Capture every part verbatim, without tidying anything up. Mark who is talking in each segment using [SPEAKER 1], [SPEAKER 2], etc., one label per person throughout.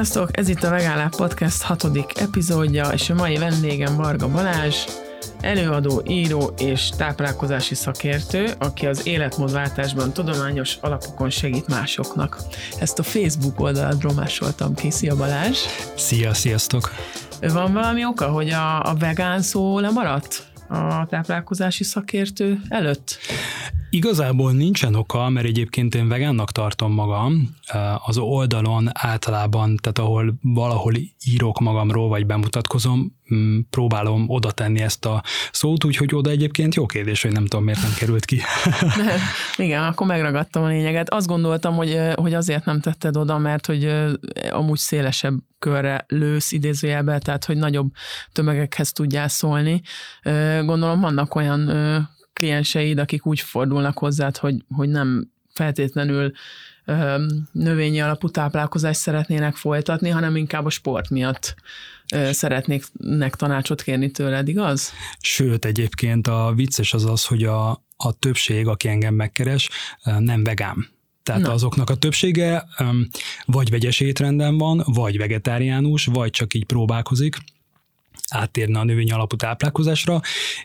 [SPEAKER 1] Sziasztok! Ez itt a Vegán Lab Podcast hatodik epizódja, és a mai vendégem Varga Balázs, előadó, író és táplálkozási szakértő, aki az életmódváltásban tudományos alapokon segít másoknak. Ezt a Facebook oldaladról másoltam ki. Szia Balázs!
[SPEAKER 2] Szia, sziasztok!
[SPEAKER 1] Van valami oka, hogy a, a vegán szó lemaradt a táplálkozási szakértő előtt?
[SPEAKER 2] Igazából nincsen oka, mert egyébként én vegánnak tartom magam. Az oldalon általában, tehát ahol valahol írok magamról, vagy bemutatkozom, próbálom oda tenni ezt a szót, úgyhogy oda egyébként jó kérdés, hogy nem tudom, miért nem került ki.
[SPEAKER 1] Nem. Igen, akkor megragadtam a lényeget. Azt gondoltam, hogy, hogy azért nem tetted oda, mert hogy amúgy szélesebb körre lősz idézőjelbe, tehát hogy nagyobb tömegekhez tudjál szólni. Gondolom vannak olyan klienseid, akik úgy fordulnak hozzád, hogy, hogy nem feltétlenül ö, növényi alapú táplálkozást szeretnének folytatni, hanem inkább a sport miatt ö, szeretnének tanácsot kérni tőled, igaz?
[SPEAKER 2] Sőt, egyébként a vicces az az, hogy a, a többség, aki engem megkeres, nem vegán. Tehát Na. azoknak a többsége vagy vegyes étrenden van, vagy vegetáriánus, vagy csak így próbálkozik áttérne a növény alapú táplálkozásra,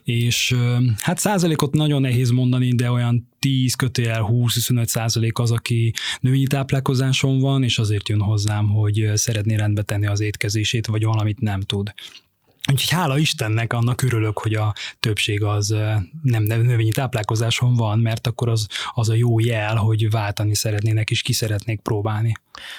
[SPEAKER 2] és hát százalékot nagyon nehéz mondani, de olyan tíz kötőjel húsz-huszonöt százalék az, aki növényi táplálkozáson van, és azért jön hozzám, hogy szeretné rendbe tenni az étkezését, vagy valamit nem tud. Úgyhogy hála Istennek, annak örülök, hogy a többség az nem növényi táplálkozáson van, mert akkor az, az a jó jel, hogy váltani szeretnének, és ki szeretnék próbálni.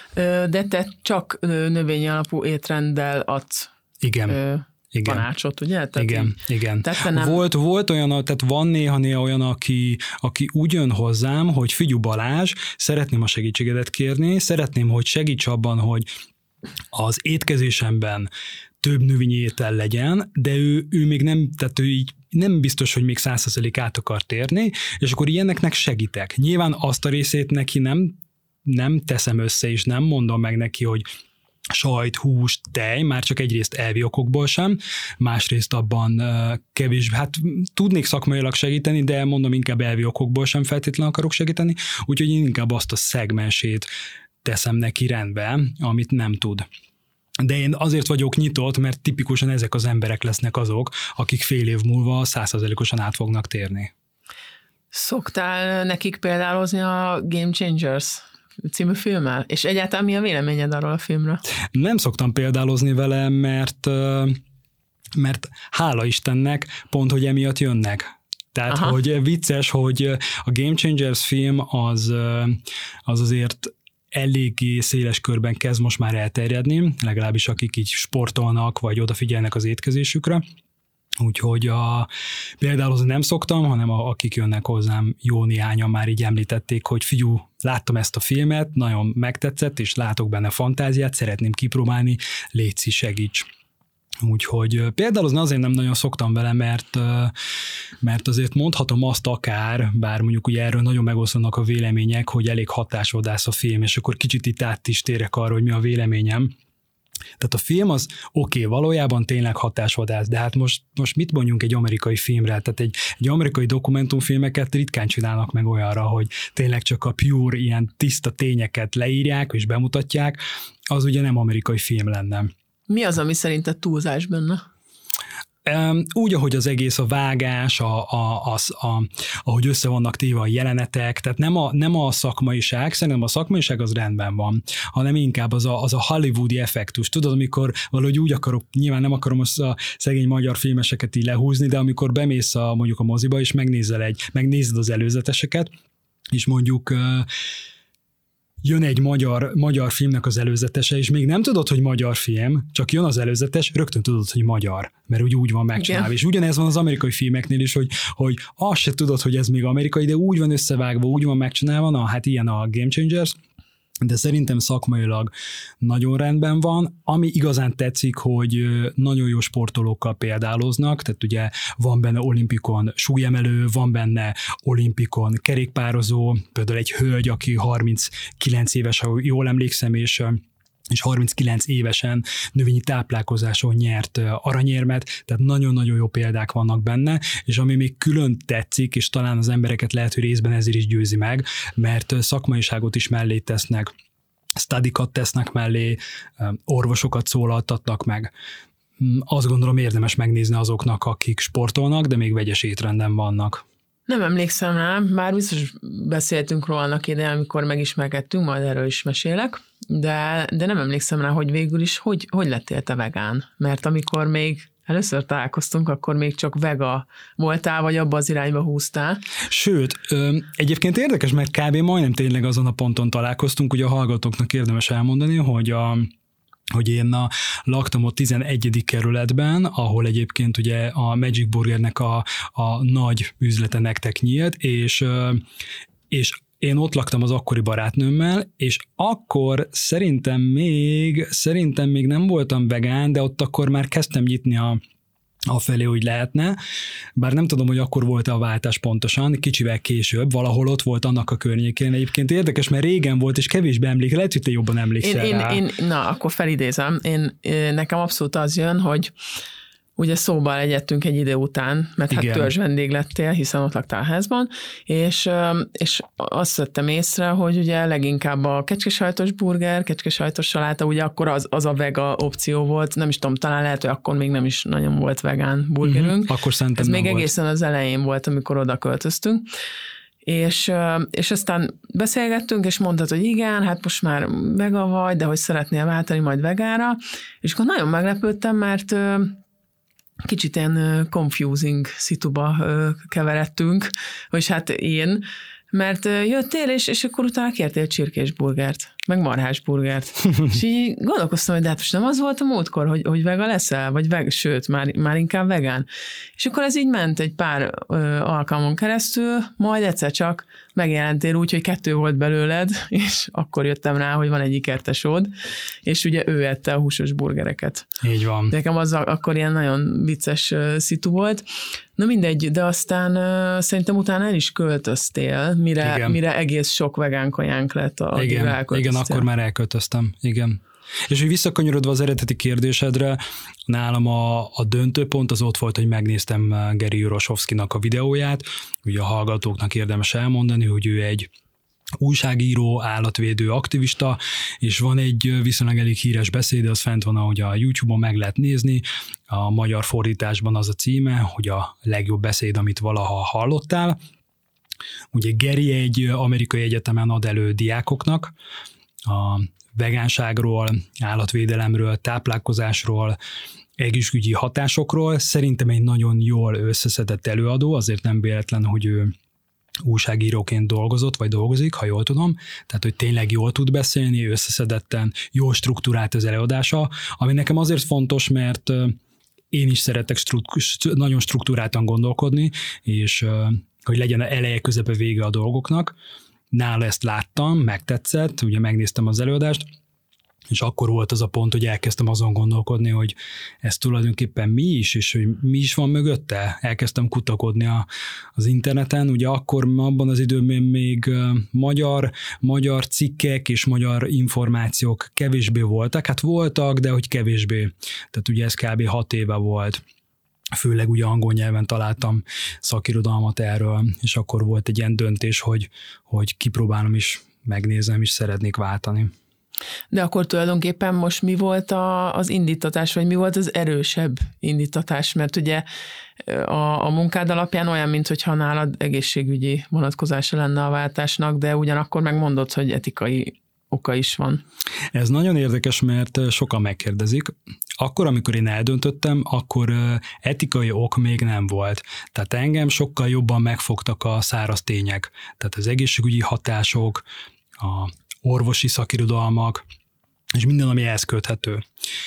[SPEAKER 1] De te csak növényi alapú étrenddel adsz.
[SPEAKER 2] Igen. Ö, igen.
[SPEAKER 1] Tanácsot, ugye? Tehát
[SPEAKER 2] igen,
[SPEAKER 1] így,
[SPEAKER 2] igen.
[SPEAKER 1] Tehát nem...
[SPEAKER 2] Volt, volt olyan, tehát van néha-néha olyan, aki, aki úgy jön hozzám, hogy figyelj Balázs, szeretném a segítségedet kérni, szeretném, hogy segíts abban, hogy az étkezésemben több növényi étel legyen, de ő, ő még nem, tehát ő így nem biztos, hogy még száz százalék át akar térni, és akkor ilyeneknek segítek. Nyilván azt a részét neki nem, nem teszem össze, és nem mondom meg neki, hogy sajt, hús, tej, már csak egyrészt elvi okokból sem, másrészt abban kevés, hát tudnék szakmailag segíteni, de mondom, inkább elvi okokból sem feltétlenül akarok segíteni, úgyhogy én inkább azt a szegmensét teszem neki rendbe, amit nem tud. De én azért vagyok nyitott, mert tipikusan ezek az emberek lesznek azok, akik fél év múlva száz százalékosan át fognak térni.
[SPEAKER 1] Szoktál nekik példálozni a Game Changers című filmmel? És egyáltalán mi a véleményed arról a filmről? Nem
[SPEAKER 2] szoktam példálozni vele, mert, mert hála Istennek pont, hogy emiatt jönnek. Tehát, Aha. hogy vicces, hogy a Game Changers film az, az azért eléggé széles körben kezd most már elterjedni, legalábbis akik így sportolnak, vagy odafigyelnek az étkezésükre. Úgyhogy a, például nem szoktam, hanem a, akik jönnek hozzám, jó néhányan már így említették, hogy figyú, láttam ezt a filmet, nagyon megtetszett, és látok benne fantáziát, szeretném kipróbálni, létszi, segíts. Úgyhogy például azért nem nagyon szoktam vele, mert, mert azért mondhatom azt akár, bár mondjuk ugye erről nagyon megoszlanak a vélemények, hogy elég hatásvadász a film, és akkor kicsit itt át is térek arra, hogy mi a véleményem. Tehát a film az oké, okay, valójában tényleg hatásvadász, de hát most, most mit mondjunk egy amerikai filmre? Tehát egy, egy amerikai dokumentumfilmeket ritkán csinálnak meg olyanra, hogy tényleg csak a pure, ilyen tiszta tényeket leírják és bemutatják, az ugye nem amerikai film lenne.
[SPEAKER 1] Mi az, ami szerinted túlzás benne?
[SPEAKER 2] Úgy, ahogy az egész a vágás, a, a, az, a, ahogy össze vannak téve a jelenetek, tehát nem a, nem a szakmaiság, szerintem a szakmaiság az rendben van, hanem inkább az a, az a hollywoodi effektus. Tudod, amikor valahogy úgy akarok, nyilván nem akarom azt a szegény magyar filmeseket így lehúzni, de amikor bemész a, mondjuk a moziba, és megnézel egy, megnézed az előzeteseket, és mondjuk jön egy magyar, magyar filmnek az előzetese, és még nem tudod, hogy magyar film, csak jön az előzetes, rögtön tudod, hogy magyar, mert úgy, úgy van megcsinálva. Igen. És ugyanez van az amerikai filmeknél is, hogy, hogy azt se tudod, hogy ez még amerikai, de úgy van összevágva, úgy van megcsinálva, na hát ilyen a Game Changers, de szerintem szakmailag nagyon rendben van. Ami igazán tetszik, hogy nagyon jó sportolókkal példáloznak, tehát ugye van benne olimpikon súlyemelő, van benne olimpikon kerékpározó, például egy hölgy, aki harminckilenc éves, ha jól emlékszem, és és harminckilenc évesen növényi táplálkozáson nyert aranyérmet, tehát nagyon-nagyon jó példák vannak benne, és ami még külön tetszik, és talán az embereket lehet, hogy részben ezért is győzi meg, mert szakmaiságot is mellé tesznek studikat tesznek mellé, orvosokat szólaltatnak meg. Azt gondolom érdemes megnézni azoknak, akik sportolnak, de még vegyes étrenden vannak.
[SPEAKER 1] Nem emlékszem rá, bár biztos beszéltünk róla annak idején, amikor megismerkedtünk, majd erről is mesélek, de, de nem emlékszem rá, hogy végül is hogy, hogy lettél te vegán. Mert amikor még először találkoztunk, akkor még csak vega voltál, vagy abba az irányba húztál.
[SPEAKER 2] Sőt, egyébként érdekes, mert kb. Majdnem tényleg azon a ponton találkoztunk, ugye a hallgatóknak érdemes elmondani, hogy a hogy én a, laktam ott tizenegyedik kerületben, ahol egyébként ugye a Magic Burgernek a, a nagy üzlete nektek nyílt, és, és én ott laktam az akkori barátnőmmel, és akkor szerintem még, szerintem még nem voltam vegán, de ott akkor már kezdtem nyitni a afelé, hogy lehetne, bár nem tudom, hogy akkor volt a váltás pontosan, kicsivel később, valahol ott volt annak a környékén. Egyébként érdekes, mert régen volt, és kevésbé emlék, lehet, hogy te jobban emlékszel
[SPEAKER 1] én,
[SPEAKER 2] rá.
[SPEAKER 1] Én, én, na, akkor felidézem. Én, nekem abszolút az jön, hogy ugye szóban egyettünk egy idő után, mert igen. Hát törzs vendég lettél, hiszen ott laktál a házban, és, és azt vettem észre, hogy ugye leginkább a kecskesajtos burger, kecskesajtos saláta, ugye akkor az, az a vega opció volt, nem is tudom, talán lehet, hogy akkor még nem is nagyon volt vegán burgerünk.
[SPEAKER 2] Uh-huh. Akkor szerintem
[SPEAKER 1] Ez
[SPEAKER 2] nem
[SPEAKER 1] még
[SPEAKER 2] volt.
[SPEAKER 1] Egészen az elején volt, amikor oda költöztünk. És, és aztán beszélgettünk, és mondtad, hogy igen, hát most már vega vagy, de hogy szeretnél váltani majd vegára, és akkor nagyon meglepődtem, mert kicsit ilyen confusing szituba keveredtünk, vagy hát én, mert jöttél, és, és akkor utána kértél csirkésburgert, meg marhásburgert. És így gondolkoztam, hogy de hát most nem az volt a múltkor, hogy, hogy vega leszel, vagy veg, sőt, már, már inkább vegán. És akkor ez így ment egy pár ö, alkalmon keresztül, majd egyszer csak megjelentél úgy, hogy kettő volt belőled, és akkor jöttem rá, hogy van egy ikertesód, és ugye ő ette a húsos burgereket.
[SPEAKER 2] Így van.
[SPEAKER 1] Nekem az akkor ilyen nagyon vicces uh, szitu volt. Na mindegy, de aztán uh, szerintem utána el is költöztél, mire, mire egész sok vegán kajánk lett, addig
[SPEAKER 2] igen, igen, akkor már elköltöztem, igen. És hogy visszakanyarodva az eredeti kérdésedre, nálam a, a döntőpont az ott volt, hogy megnéztem Geri Jurosovszkinak a videóját, ugye a hallgatóknak érdemes elmondani, hogy ő egy újságíró, állatvédő, aktivista, és van egy viszonylag elég híres beszéde, az fent van, ahogy a YouTube-on meg lehet nézni, a magyar fordításban az a címe, hogy a legjobb beszéd, amit valaha hallottál. Ugye Geri egy amerikai egyetemen ad elő diákoknak a vegánságról, állatvédelemről, táplálkozásról, egészségügyi hatásokról. Szerintem egy nagyon jól összeszedett előadó, azért nem véletlen, hogy ő újságíróként dolgozott, vagy dolgozik, ha jól tudom, tehát, hogy tényleg jól tud beszélni, összeszedetten, jól struktúrált az előadása, ami nekem azért fontos, mert én is szeretek stru- nagyon struktúráltan gondolkodni, és hogy legyen eleje, közepe, vége a dolgoknak. Nála ezt láttam, megtetszett, ugye megnéztem az előadást, és akkor volt az a pont, hogy elkezdtem azon gondolkodni, hogy ez tulajdonképpen mi is, és hogy mi is van mögötte. Elkezdtem kutakodni a, az interneten, ugye akkor abban az időben még magyar, magyar cikkek és magyar információk kevésbé voltak, hát voltak, de hogy kevésbé. Tehát ugye ez kb. hat éve volt. Főleg ugye angol nyelven találtam szakirodalmat erről, és akkor volt egy ilyen döntés, hogy, hogy kipróbálom is, megnézem is, szeretnék váltani.
[SPEAKER 1] De akkor tulajdonképpen most mi volt a, az indítatás, vagy mi volt az erősebb indítatás? Mert ugye a, a munkád alapján olyan, mintha nálad egészségügyi vonatkozása lenne a váltásnak, de ugyanakkor megmondod, hogy etikai oka is van.
[SPEAKER 2] Ez nagyon érdekes, mert sokan megkérdezik. Akkor, amikor én eldöntöttem, akkor etikai ok még nem volt. Tehát engem sokkal jobban megfogtak a száraz tények. Tehát az egészségügyi hatások, a orvosi szakirodalmak, és minden, ami ehhez köthető.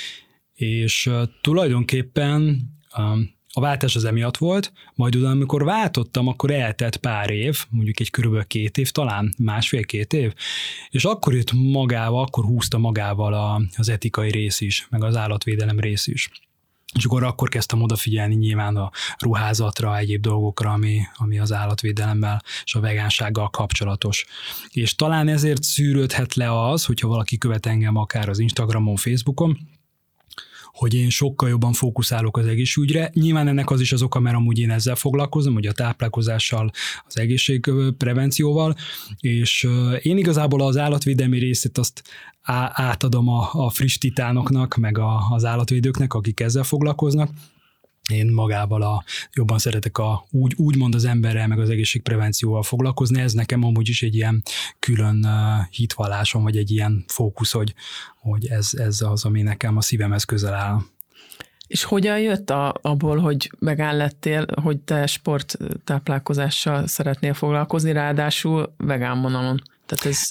[SPEAKER 2] És uh, tulajdonképpen um, a váltás az emiatt volt, majd utána, amikor váltottam, akkor eltelt pár év, mondjuk egy körülbelül két év, talán másfél-két év, és akkor jött magával, akkor húzta magával a, az etikai rész is, meg az állatvédelem rész is. És akkor, akkor kezdtem odafigyelni nyilván a ruházatra, egyéb dolgokra, ami, ami az állatvédelemmel és a vegánsággal kapcsolatos. És talán ezért szűrődhet le az, hogyha valaki követ engem akár az Instagramon, Facebookon, hogy én sokkal jobban fókuszálok az egészségügyre. Nyilván ennek az is az oka, mert amúgy én ezzel foglalkozom, hogy a táplálkozással, az egészségprevencióval, és én igazából az állatvédelmi részét azt átadom a, a friss titánoknak, meg a, az állatvédőknek, akik ezzel foglalkoznak. Én magával a, jobban szeretek a, úgy, úgymond az emberrel, meg az egészségprevencióval foglalkozni. Ez nekem amúgy is egy ilyen külön uh, hitvallásom, vagy egy ilyen fókusz, hogy, hogy ez, ez az, ami nekem a szívemhez közel áll.
[SPEAKER 1] És hogyan jött a, abból, hogy vegán lettél, hogy te sporttáplálkozással szeretnél foglalkozni, ráadásul vegán vonalon? Tehát ez...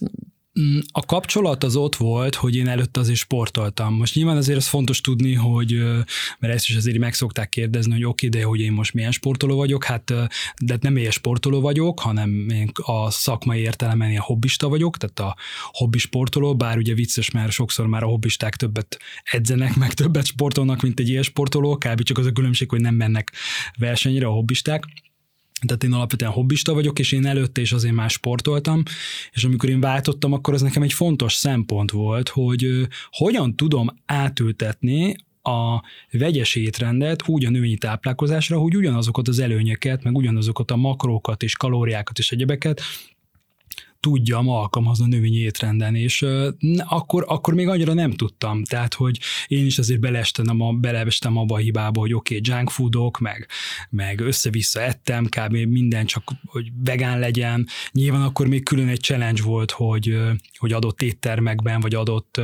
[SPEAKER 2] A kapcsolat az ott volt, hogy én előtte azért sportoltam. Most nyilván azért az fontos tudni, hogy, mert ezt is azért meg szokták kérdezni, hogy oké, de hogy én most milyen sportoló vagyok, hát de nem ilyen sportoló vagyok, hanem én a szakmai értelemben ilyen hobbista vagyok, tehát a hobbi sportoló, bár ugye vicces, mert sokszor már a hobbisták többet edzenek, meg többet sportolnak, mint egy ilyen sportoló, kb. Csak az a különbség, hogy nem mennek versenyre a hobbisták. Tehát én alapvetően hobbista vagyok, és én előtte is azért már sportoltam, és amikor én váltottam, akkor az nekem egy fontos szempont volt, hogy hogyan tudom átültetni a vegyes étrendet úgy a növényi táplálkozásra, hogy ugyanazokat az előnyöket, meg ugyanazokat a makrókat és kalóriákat és egyebeket tudjam alkalmazni a növényi étrenden, és uh, akkor, akkor még annyira nem tudtam, tehát, hogy én is azért beleestem, a, beleestem abba a hibába, hogy oké, okay, junk foodok, meg, meg össze-vissza ettem, kb. Minden csak, hogy vegán legyen. Nyilván akkor még külön egy challenge volt, hogy, hogy adott éttermekben, vagy adott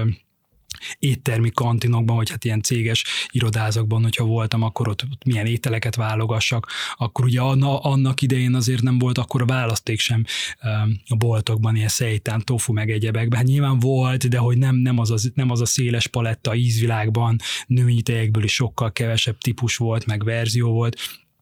[SPEAKER 2] éttermi kantinokban, vagy hát ilyen céges irodázakban, hogyha voltam, akkor ott, ott milyen ételeket válogassak, akkor ugye annak idején azért nem volt akkor a választék sem a boltokban, ilyen szeitan, tofu meg egyebekben. Hát nyilván volt, de hogy nem, nem, az, az, nem az a széles paletta ízvilágban, növényi tejekből is sokkal kevesebb típus volt, meg verzió volt,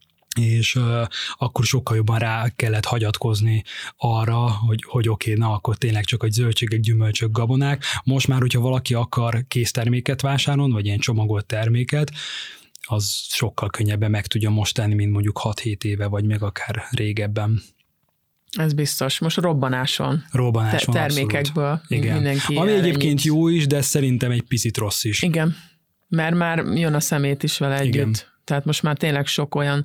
[SPEAKER 2] és uh, akkor sokkal jobban rá kellett hagyatkozni arra, hogy, hogy oké, okay, na akkor tényleg csak egy zöldségek, gyümölcsök, gabonák. Most már, hogyha valaki akar készterméket vásárolni, vagy ilyen csomagolt terméket, az sokkal könnyebben meg tudja most tenni, mint mondjuk hat-hét éve, vagy még akár régebben.
[SPEAKER 1] Ez biztos. Most robbanás van.
[SPEAKER 2] Robbanás van,
[SPEAKER 1] termékekből.
[SPEAKER 2] Abszolút. Igen.
[SPEAKER 1] Mindenki
[SPEAKER 2] Ami egyébként jó is, de szerintem egy picit rossz is.
[SPEAKER 1] Igen, mert már jön a szemét is vele együtt. Igen. Tehát most már tényleg sok olyan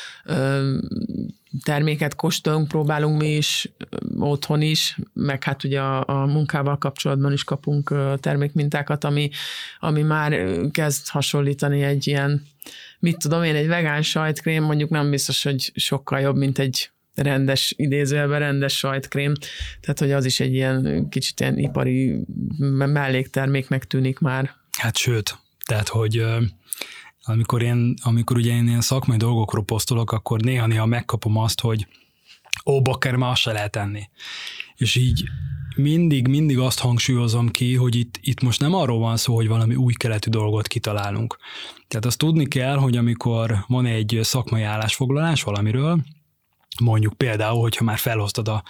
[SPEAKER 1] ö, terméket kóstolunk, próbálunk mi is, ö, otthon is, meg hát ugye a, a munkával kapcsolatban is kapunk ö, termékmintákat, ami, ami már kezd hasonlítani egy ilyen, mit tudom én, egy vegán sajtkrém, mondjuk nem biztos, hogy sokkal jobb, mint egy rendes, idézőjelben rendes sajtkrém, tehát hogy az is egy ilyen kicsit ilyen ipari mellékterméknek tűnik már.
[SPEAKER 2] Hát sőt, tehát hogy... Ö... Amikor, én, amikor ugye én ilyen szakmai dolgokról posztolok, akkor néha-néha megkapom azt, hogy ó, bakker, már azt se lehet enni. És így mindig, mindig azt hangsúlyozom ki, hogy itt, itt most nem arról van szó, hogy valami új keletű dolgot kitalálunk. Tehát azt tudni kell, hogy amikor van egy szakmai állásfoglalás valamiről, mondjuk például, hogyha már felhoztad a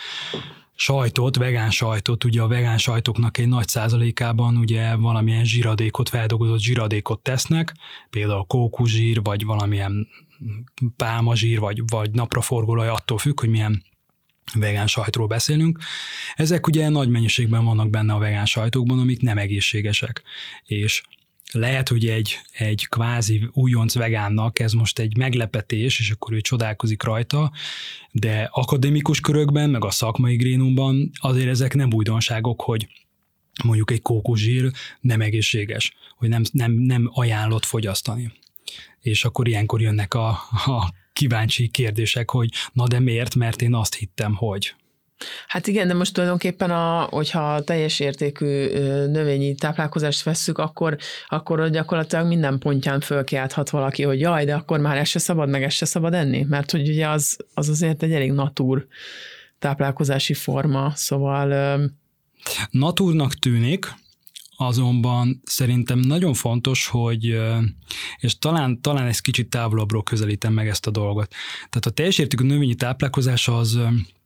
[SPEAKER 2] sajtot, vegán sajtot, ugye a vegán sajtoknak egy nagy százalékában ugye valamilyen zsíradékot, feldolgozott zsíradékot tesznek, például kókuszsír, vagy valamilyen pálmazsír, vagy, vagy napraforgóolaj, attól függ, hogy milyen vegán sajtról beszélünk. Ezek ugye nagy mennyiségben vannak benne a vegán sajtokban, amik nem egészségesek. És lehet, hogy egy, egy kvázi újonc vegánnak ez most egy meglepetés, és akkor ő csodálkozik rajta, de akadémikus körökben, meg a szakmai grénumban azért ezek nem újdonságok, hogy mondjuk egy kókuszsír nem egészséges, hogy nem, nem, nem ajánlott fogyasztani. És akkor ilyenkor jönnek a, a kíváncsi kérdések, hogy na de miért, mert én azt hittem, hogy...
[SPEAKER 1] Hát igen, de most tulajdonképpen, a, hogyha teljes értékű növényi táplálkozást vesszük, akkor, akkor gyakorlatilag minden pontján fölkiálthat valaki, hogy jaj, de akkor már ez se szabad, meg ez se szabad enni, mert hogy ugye az, az azért egy elég natúr táplálkozási forma, szóval...
[SPEAKER 2] Natúrnak tűnik, azonban szerintem nagyon fontos, hogy, és talán, talán egy kicsit távolabbról közelítem meg ezt a dolgot. Tehát a teljes értékű növényi táplálkozás az...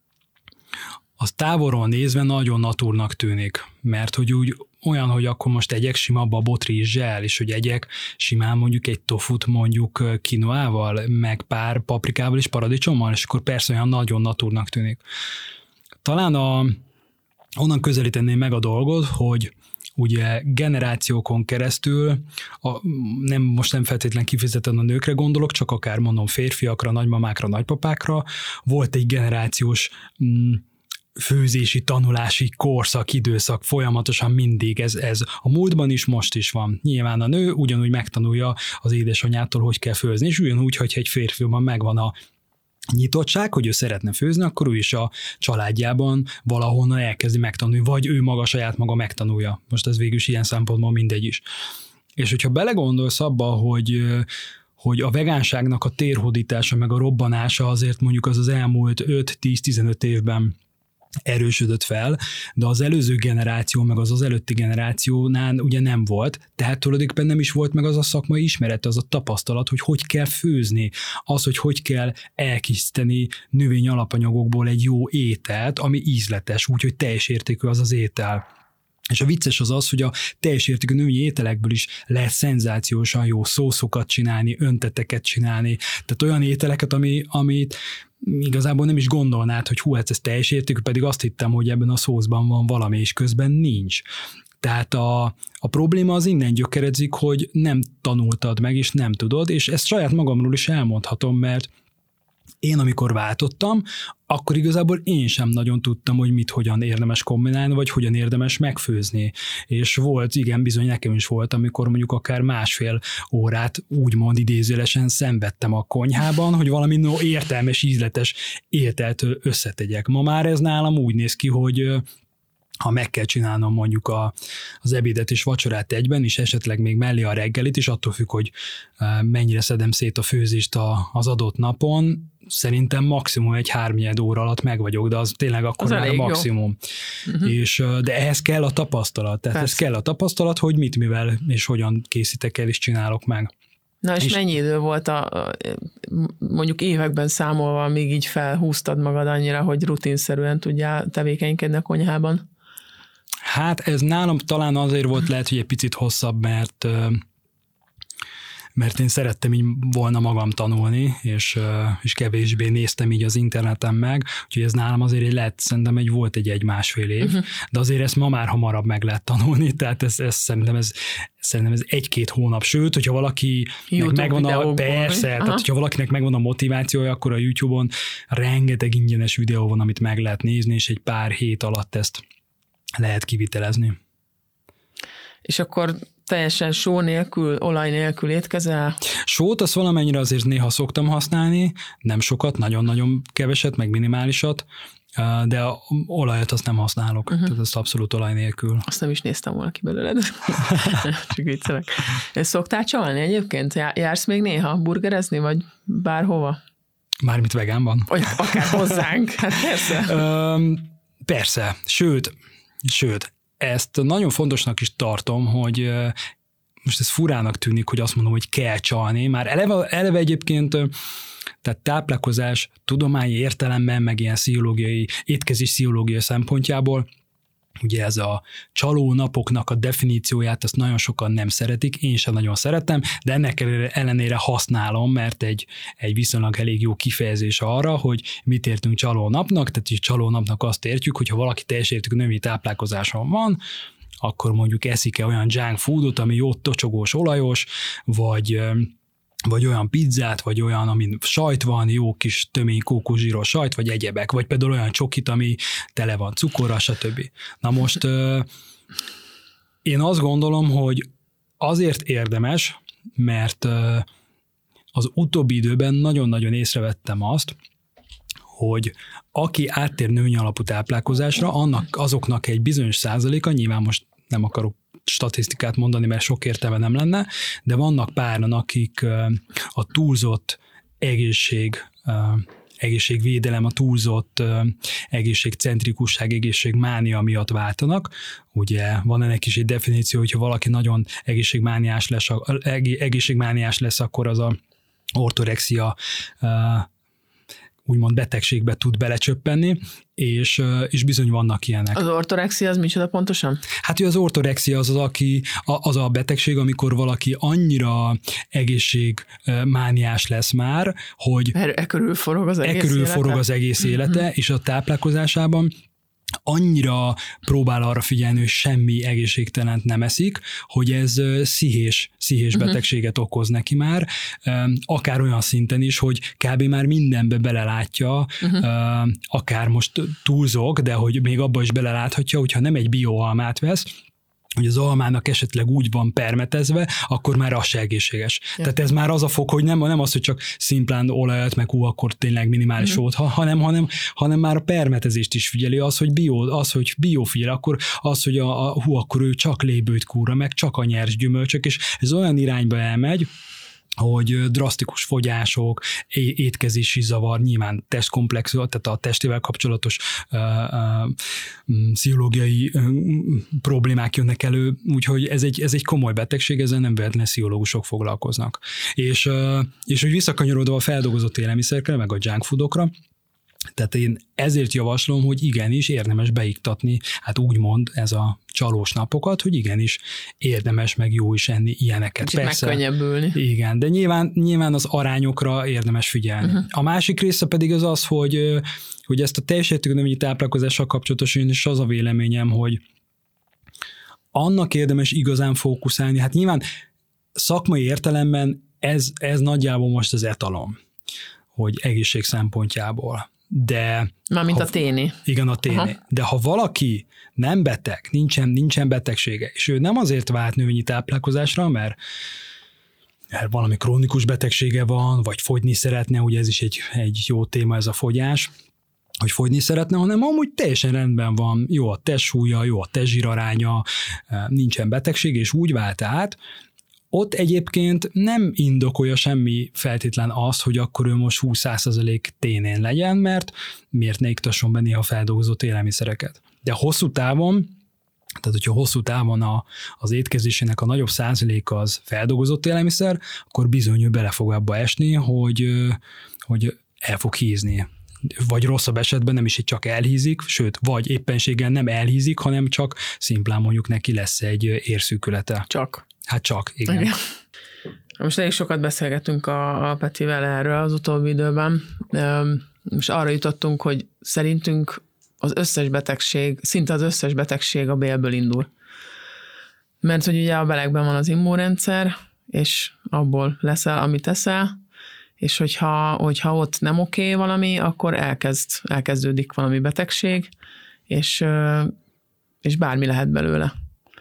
[SPEAKER 2] az távolról nézve nagyon natúrnak tűnik, mert hogy úgy olyan, hogy akkor most egyek sima babotrizssel, és hogy egyek simán mondjuk egy tofut mondjuk kinoával, meg pár paprikával és paradicsommal, és akkor persze olyan nagyon natúrnak tűnik. Talán a, onnan közelíteném meg a dolgot, hogy ugye generációkon keresztül, a, nem most nem feltétlen kifejezetten a nőkre gondolok, csak akár mondom férfiakra, nagymamákra, nagypapákra, volt egy generációs mm, főzési, tanulási korszak, időszak folyamatosan mindig, ez, ez a múltban is, most is van. Nyilván a nő ugyanúgy megtanulja az édesanyjától, hogy kell főzni, és ugyanúgy, hogyha egy férfiban megvan a nyitottság, hogy ő szeretne főzni, akkor ő is a családjában valahonnan elkezdi megtanulni, vagy ő maga saját maga megtanulja. Most ez végül is ilyen szempontból mindegy is. És hogyha belegondolsz abba, hogy hogy a vegánságnak a térhódítása, meg a robbanása azért mondjuk az az elmúlt öt-tíz-tizenöt évben erősödött fel, de az előző generáció, meg az az előtti generációnál ugye nem volt, tehát tulajdonképpen nem is volt meg az a szakmai ismerete, az a tapasztalat, hogy hogy kell főzni, az, hogy hogy kell elkészíteni növény alapanyagokból egy jó ételt, ami ízletes, úgyhogy teljes értékű az az étel. És a vicces az az, hogy a teljes értékű növényi ételekből is lehet szenzációsan jó szószokat csinálni, önteteket csinálni, tehát olyan ételeket, ami, amit igazából nem is gondolnád, hogy hú, hát ez teljes értékű, pedig azt hittem, hogy ebben a szószban van valami, és közben nincs. Tehát a, a probléma az innen gyökeredzik, hogy nem tanultad meg, és nem tudod, és ezt saját magamról is elmondhatom, mert én amikor váltottam, akkor igazából én sem nagyon tudtam, hogy mit, hogyan érdemes kombinálni, vagy hogyan érdemes megfőzni. És volt, igen, bizony nekem is volt, amikor mondjuk akár másfél órát úgymond idézőjelesen szenvedtem a konyhában, hogy valami no, értelmes, ízletes ételt összetegyek. Ma már ez nálam úgy néz ki, hogy ha meg kell csinálnom mondjuk a, az ebédet és vacsorát egyben, és esetleg még mellé a reggelit, és attól függ, hogy mennyire szedem szét a főzést a, az adott napon, szerintem maximum egy háromnegyed óra alatt meg vagyok, de az tényleg akkor az már a maximum. Uh-huh. És, de ehhez kell a tapasztalat. Tehát ez kell a tapasztalat, hogy mit, mivel és hogyan készítek el és csinálok meg.
[SPEAKER 1] Na és, és mennyi idő volt a, a, mondjuk években számolva, még így felhúztad magad annyira, hogy rutinszerűen tudjál tevékenykedni a konyhában?
[SPEAKER 2] Hát ez nálam talán azért volt lehet, hogy egy picit hosszabb, mert mert én szerettem így volna magam tanulni, és, és kevésbé néztem így az interneten meg, úgyhogy ez nálam azért egy lehet, szerintem egy volt egy egy-másfél év, uh-huh. de azért ezt ma már hamarabb meg lehet tanulni, tehát ez, ez, szerintem, ez, szerintem ez egy-két hónap, sőt, hogyha valaki megvan a, persze, tehát hogyha valakinek megvan a motivációja, akkor a YouTube-on rengeteg ingyenes videó van, amit meg lehet nézni, és egy pár hét alatt ezt lehet kivitelezni.
[SPEAKER 1] És akkor teljesen só nélkül, olaj nélkül étkezel?
[SPEAKER 2] Sót azt valamennyire azért néha szoktam használni, nem sokat, nagyon-nagyon keveset, meg minimálisat, de a olajat azt nem használok, uh-huh. tehát azt abszolút olaj nélkül.
[SPEAKER 1] Azt nem is néztem volna ki belőled. Csak viccelek. Szoktál csalni egyébként? Jársz még néha burgerezni, vagy bárhova?
[SPEAKER 2] Mármint vegán van.
[SPEAKER 1] Vagy akár hozzánk, hát persze.
[SPEAKER 2] um, persze, sőt, sőt, ezt nagyon fontosnak is tartom, hogy most ez furának tűnik, hogy azt mondom, hogy kell csalni. Már eleve, eleve egyébként tehát táplálkozás tudományi értelemben, meg ilyen pszichológiai, étkezés pszichológiai szempontjából, ugye ez a csaló napoknak a definícióját, azt nagyon sokan nem szeretik, én sem nagyon szeretem, de ennek ellenére használom, mert egy, egy viszonylag elég jó kifejezés arra, hogy mit értünk csaló napnak, tehát is csaló napnak azt értjük, hogy ha valaki teljes értékű növényi táplálkozáson van, akkor mondjuk eszik-e olyan junk foodot, ami jó tocsogós, olajos, vagy vagy olyan pizzát, vagy olyan, amin sajt van, jó kis tömény kókuszsíros sajt, vagy egyebek, vagy például olyan csokit, ami tele van cukorra, stb. Na most én azt gondolom, hogy azért érdemes, mert az utóbbi időben nagyon-nagyon észrevettem azt, hogy aki áttér növényi alapú táplálkozásra, annak, azoknak egy bizonyos százaléka, nyilván most nem akarok statisztikát mondani, mert sok értelme nem lenne, de vannak páran, akik a túlzott egészség, egészségvédelem, a túlzott egészségcentrikusság, egészségmánia miatt váltanak. Ugye van ennek is egy definíció, hogyha valaki nagyon egészségmániás lesz, egészségmániás lesz, akkor az a ortorexia úgymond betegségbe tud belecsöppenni, és, és bizony vannak ilyenek.
[SPEAKER 1] Az ortorexia az micsoda pontosan?
[SPEAKER 2] Hát az ortorexia az az, aki, az a betegség, amikor valaki annyira egészségmániás lesz már, hogy
[SPEAKER 1] e körül forog az egész
[SPEAKER 2] e körül
[SPEAKER 1] élete,
[SPEAKER 2] forog az egész élete, mm-hmm. és a táplálkozásában annyira próbál arra figyelni, hogy semmi egészségtelent nem eszik, hogy ez szihés, szihés uh-huh. betegséget okoz neki már, akár olyan szinten is, hogy kb. Már mindenbe belelátja, uh-huh. akár most túlzok, de hogy még abba is beleláthatja, hogyha nem egy bioalmát vesz, hogy az almának esetleg úgy van permetezve, akkor már az se egészséges. Ja. Tehát ez már az a fok, hogy nem, nem az, hogy csak szimplán olajat, meg hú, akkor tényleg minimális uh-huh. sót, hanem, hanem, hanem már a permetezést is figyeli, az, hogy bio, az, hogy bio figyel, akkor az, hogy a, a, hú, akkor ő csak lébőt kúra, meg csak a nyers gyümölcsök, és ez olyan irányba elmegy, hogy drasztikus fogyások, étkezési zavar, nyilván testkomplex, tehát a testével kapcsolatos uh, uh, pszichológiai uh, problémák jönnek elő, úgyhogy ez egy, ez egy komoly betegség, ezzel nem véletlenül pszichológusok foglalkoznak. És, uh, és hogy visszakanyarodva a feldolgozott élelmiszerekre, meg a junk foodokra, tehát én ezért javaslom, hogy igenis érdemes beiktatni, hát úgymond ez a csalós napokat, hogy igenis érdemes meg jó is enni ilyeneket.
[SPEAKER 1] Kicsit persze, megkönnyebbülni.
[SPEAKER 2] Igen, de nyilván, nyilván az arányokra érdemes figyelni. Uh-huh. A másik része pedig az az, hogy, hogy ezt a teljes értékű növényi táplálkozással kapcsolatosan is az a véleményem, hogy annak érdemes igazán fókuszálni. Hát nyilván szakmai értelemben ez, ez nagyjából most az etalon, hogy egészség szempontjából. De
[SPEAKER 1] Mármint
[SPEAKER 2] ha,
[SPEAKER 1] a téni.
[SPEAKER 2] Igen, a téni. Aha. De ha valaki nem beteg, nincsen, nincsen betegsége, és ő nem azért vált növényi táplálkozásra, mert, mert valami krónikus betegsége van, vagy fogyni szeretne, ugye ez is egy, egy jó téma ez a fogyás, hogy fogyni szeretne, hanem amúgy teljesen rendben van, jó a testsúlya, jó a testzsíraránya, nincsen betegség, és úgy vált át. Ott egyébként nem indokolja semmi feltétlen azt, hogy akkor ő most húsz-száz százalék ténén legyen, mert miért ne iktasson be néha feldolgozott élelmiszereket. De hosszú távon, tehát hogyha hosszú távon a, az étkezésének a nagyobb százalék az feldolgozott élelmiszer, akkor bizony ő bele fog abba esni, hogy, hogy el fog hízni. Vagy rosszabb esetben nem is így csak elhízik, sőt, vagy éppenséggel nem elhízik, hanem csak szimplán mondjuk neki lesz egy érszűkülete.
[SPEAKER 1] Csak.
[SPEAKER 2] Hát csak, igen. igen.
[SPEAKER 1] Most elég sokat beszélgetünk a, a Petivel erről az utóbbi időben. Most arra jutottunk, hogy szerintünk az összes betegség, szinte az összes betegség a bélből indul. Mert hogy ugye a belegben van az immunrendszer, és abból leszel, amit eszel, és hogyha, hogyha ott nem oké valami, akkor elkezd, elkezdődik valami betegség, és, és bármi lehet belőle.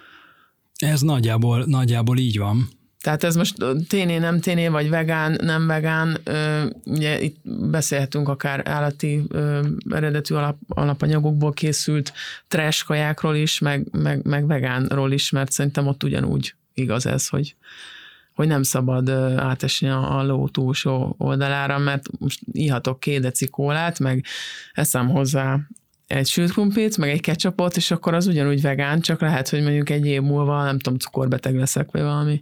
[SPEAKER 2] Ez nagyjából, nagyjából így van.
[SPEAKER 1] Tehát ez most téné, nem téné, vagy vegán, nem vegán, ugye itt beszélhetünk akár állati eredetű alap, alapanyagokból készült trash kajákról is, meg, meg, meg vegánról is, mert szerintem ott ugyanúgy igaz ez, hogy, hogy nem szabad átesni a ló túlsó oldalára, mert most ihatok két deci kólát, meg eszem hozzá egy sült krumplit, meg egy ketchupot, és akkor az ugyanúgy vegán, csak lehet, hogy mondjuk egy év múlva, nem tudom, cukorbeteg leszek, vagy valami.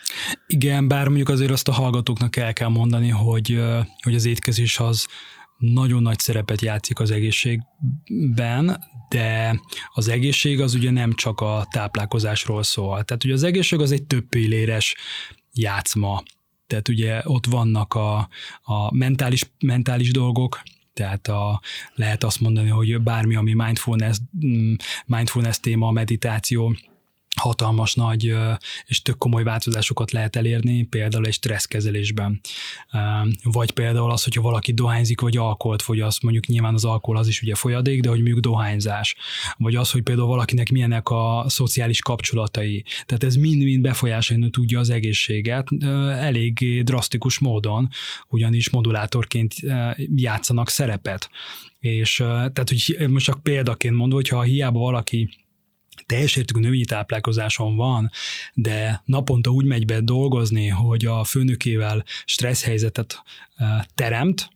[SPEAKER 2] Igen, bár mondjuk azért azt a hallgatóknak el kell mondani, hogy, hogy az étkezés az nagyon nagy szerepet játszik az egészségben, de az egészség az ugye nem csak a táplálkozásról szól. Tehát ugye az egészség az egy több pilléres játszma. Tehát ugye ott vannak a, a mentális, mentális dolgok, tehát a, lehet azt mondani, hogy bármi, ami mindfulness, mindfulness téma, meditáció, hatalmas nagy és tök komoly változásokat lehet elérni, például egy stresszkezelésben. Vagy például az, hogyha valaki dohányzik, vagy alkoholt fogyaszt, mondjuk nyilván az alkohol az is ugye folyadék, de hogy mondjuk dohányzás. Vagy az, hogy például valakinek milyenek a szociális kapcsolatai. Tehát ez mind-mind befolyásolni tudja az egészséget elég drasztikus módon, ugyanis modulátorként játszanak szerepet. És tehát, hogy most csak példaként mondva, hogyha hiába valaki teljes értékű növényi táplálkozáson van, de naponta úgy megy be dolgozni, hogy a főnökével stressz helyzetet teremt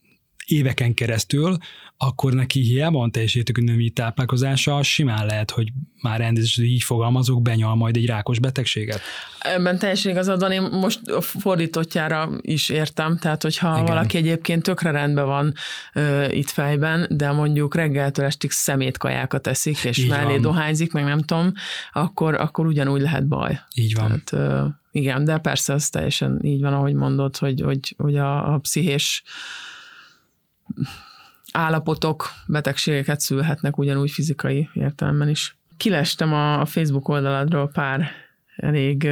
[SPEAKER 2] éveken keresztül, akkor neki hiába van teljes értékű növényi táplálkozása, simán lehet, hogy már rendezés, hogy így fogalmazok, benyal majd egy rákos betegséget. Ebben
[SPEAKER 1] teljesen igazad van, én most fordítottjára is értem, tehát hogyha igen. valaki egyébként tökre rendben van uh, itt fejben, de mondjuk reggeltől estig szemétkajákat eszik, és így mellé van. Dohányzik, meg nem tudom, akkor, akkor ugyanúgy lehet baj.
[SPEAKER 2] Így van.
[SPEAKER 1] Tehát, uh, igen, de persze ez teljesen így van, ahogy mondod, hogy, hogy, hogy a, a pszichés állapotok, betegségeket szülhetnek ugyanúgy fizikai értelemben is. Kilestem a Facebook oldaladról pár elég,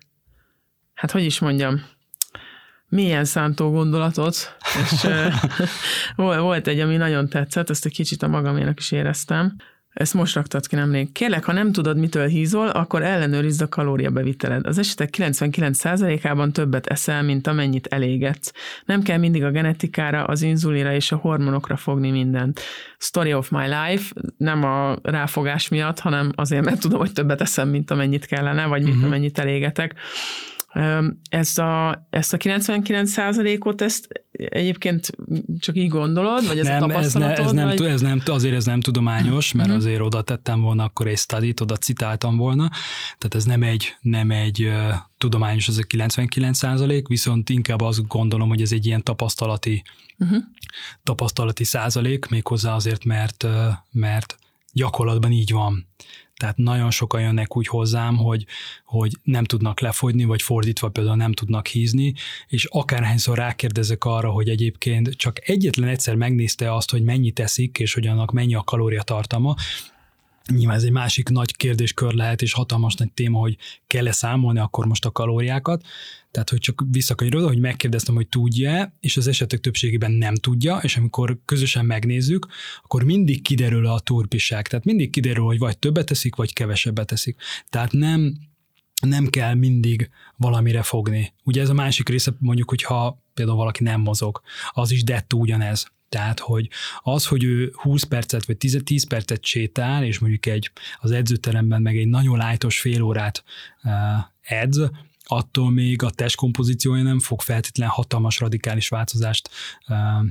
[SPEAKER 1] hát hogy is mondjam, mélyen szántó gondolatot, és volt egy, ami nagyon tetszett, ezt egy kicsit a magaménak is éreztem. Ezt most raktad ki nemrég. Kérlek, ha nem tudod, mitől hízol, akkor ellenőrizd a kalóriabeviteled. Az esetek kilencvenkilenc százalékában többet eszel, mint amennyit elégetsz. Nem kell mindig a genetikára, az inzulinra és a hormonokra fogni mindent. Story of my life, nem a ráfogás miatt, hanem azért, mert tudom, hogy többet eszem, mint amennyit kellene, vagy mint uh-huh. amennyit elégetek. Ezt a, ezt a kilencvenkilenc százalékot, ezt egyébként csak így gondolod, vagy ez nem, a tapasztalatod?
[SPEAKER 2] Ez, ne, ez,
[SPEAKER 1] vagy?
[SPEAKER 2] nem, ez nem, azért ez nem tudományos, mert uh-huh. azért oda tettem volna akkor egy study-t, oda citáltam volna, tehát ez nem egy, nem egy uh, tudományos, ez a kilencvenkilenc százalék, viszont inkább azt gondolom, hogy ez egy ilyen tapasztalati, uh-huh. tapasztalati százalék, méghozzá azért, mert, uh, mert gyakorlatban így van. Tehát nagyon sokan jönnek úgy hozzám, hogy, hogy nem tudnak lefogyni, vagy fordítva például nem tudnak hízni, és akárhányszor rákérdezek arra, hogy egyébként csak egyetlen egyszer megnézte azt, hogy mennyit eszik, és hogy annak mennyi a kalóriatartalma. Nyilván ez egy másik nagy kérdéskör lehet, és hatalmas nagy téma, hogy kell-e számolni akkor most a kalóriákat. Tehát, hogy csak visszakanyarodva, hogy megkérdeztem, hogy tudja, és az esetek többségében nem tudja, és amikor közösen megnézzük, akkor mindig kiderül a turpiság. Tehát mindig kiderül, hogy vagy többet teszik, vagy kevesebbet teszik. Tehát nem, nem kell mindig valamire fogni. Ugye ez a másik része, mondjuk, hogyha például valaki nem mozog, az is dettó ugyanez. Tehát, hogy az, hogy ő húsz percet vagy tíz, tíz percet sétál, és mondjuk egy, az edzőteremben meg egy nagyon lájtos fél órát uh, edz, attól még a testkompozíciója nem fog feltétlenül hatalmas radikális változást, uh,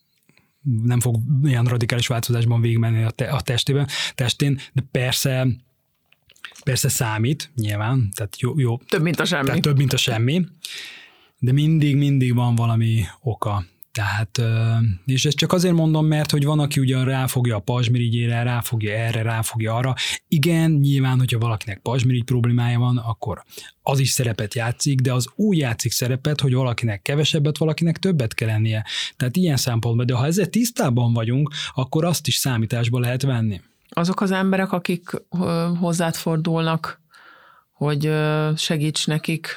[SPEAKER 2] nem fog ilyen radikális változásban végigmenni a, te, a testében, testén, de persze persze számít, nyilván, tehát jó, jó.
[SPEAKER 1] Több, mint a semmi.
[SPEAKER 2] Tehát több, mint a semmi, de mindig, mindig van valami oka. Tehát, és ezt csak azért mondom, mert hogy van, aki ugyan ráfogja a pazsmirigyére, ráfogja erre, ráfogja arra. Igen, nyilván, hogyha valakinek pazsmirigy problémája van, akkor az is szerepet játszik, de az úgy játszik szerepet, hogy valakinek kevesebbet, valakinek többet kell lennie. Tehát ilyen szempontból, de ha ezzel tisztában vagyunk, akkor azt is számításba lehet venni.
[SPEAKER 1] Azok az emberek, akik hozzád fordulnak, hogy segíts nekik,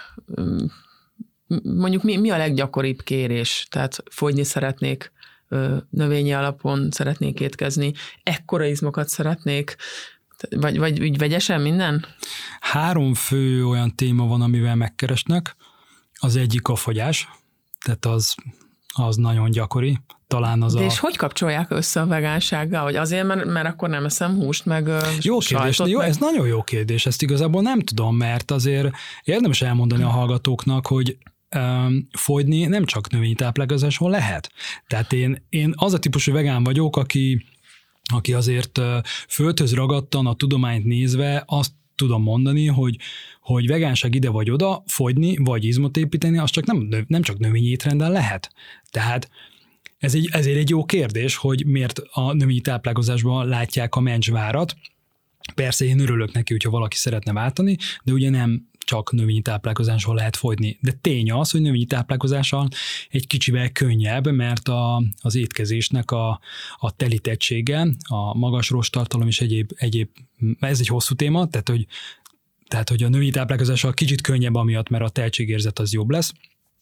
[SPEAKER 1] mondjuk mi, mi a leggyakoribb kérés? Tehát fogyni szeretnék, növényi alapon szeretnék étkezni, ekkora izmokat szeretnék, vagy, vagy úgy vegyesen minden?
[SPEAKER 2] Három fő olyan téma van, amivel megkeresnek. Az egyik a fogyás, tehát az, az nagyon gyakori. Talán az
[SPEAKER 1] De
[SPEAKER 2] a...
[SPEAKER 1] és hogy kapcsolják össze a vegánsággal? Hogy azért, mert, mert akkor nem eszem húst, meg
[SPEAKER 2] Jó kérdés,
[SPEAKER 1] sajtot,
[SPEAKER 2] jó,
[SPEAKER 1] meg...
[SPEAKER 2] ez nagyon jó kérdés, ezt igazából nem tudom, mert azért érdemes elmondani a hallgatóknak, hogy um, fogyni nem csak növényi táplálkozáson lehet. Tehát én, én az a típusú vegán vagyok, aki, aki azért uh, földhöz ragadtan a tudományt nézve azt tudom mondani, hogy, hogy vegánság ide vagy oda, fogyni vagy izmot építeni, az csak nem, nem csak növényi étrenden lehet. Tehát Ez egy, ezért egy jó kérdés, hogy miért a növényi táplálkozásban látják a mencsvárat. Persze én örülök neki, hogyha valaki szeretne váltani, de ugye nem csak növényi táplálkozással lehet fogyni. De tény az, hogy növényi táplálkozással egy kicsivel könnyebb, mert a, az étkezésnek a, a telítettsége, a magas rosttartalom és egyéb, egyéb, ez egy hosszú téma, tehát hogy, tehát, hogy a növényi táplálkozással kicsit könnyebb amiatt, mert a tehetségérzet az jobb lesz.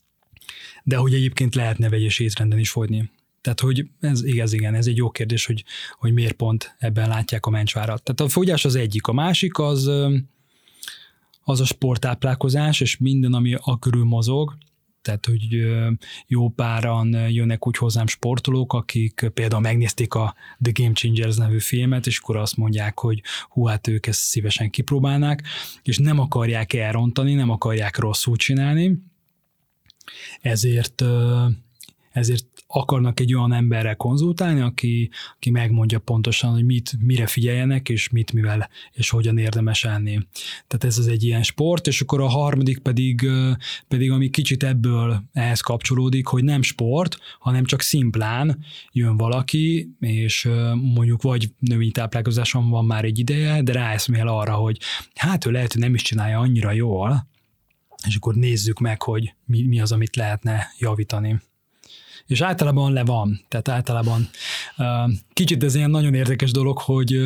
[SPEAKER 2] De hogy egyébként lehetne vegyes étrenden is fogyni. Tehát, hogy ez igaz, igen, ez egy jó kérdés, hogy, hogy miért pont ebben látják a mencsvárat. Tehát a fogyás az egyik, a másik az, az a sporttáplálkozás, és minden, ami a körül mozog. Tehát, hogy jó páran jönnek úgy hozzám sportolók, akik például megnézték a The Game Changers nevű filmet, és akkor azt mondják, hogy hú, hát ők ezt szívesen kipróbálnák, és nem akarják elrontani, nem akarják rosszul csinálni, Ezért, ezért akarnak egy olyan emberrel konzultálni, aki, aki megmondja pontosan, hogy mit, mire figyeljenek, és mit, mivel, és hogyan érdemes enni. Tehát ez az egy ilyen sport, és akkor a harmadik pedig, pedig ami kicsit ebből ehhez kapcsolódik, hogy nem sport, hanem csak szimplán jön valaki, és mondjuk vagy növényi táplálkozáson van már egy ideje, de ráeszmél arra, hogy hát ő lehet, hogy nem is csinálja annyira jól, és akkor nézzük meg, hogy mi, mi az, amit lehetne javítani. És általában le van. Tehát általában kicsit ez ilyen nagyon érdekes dolog, hogy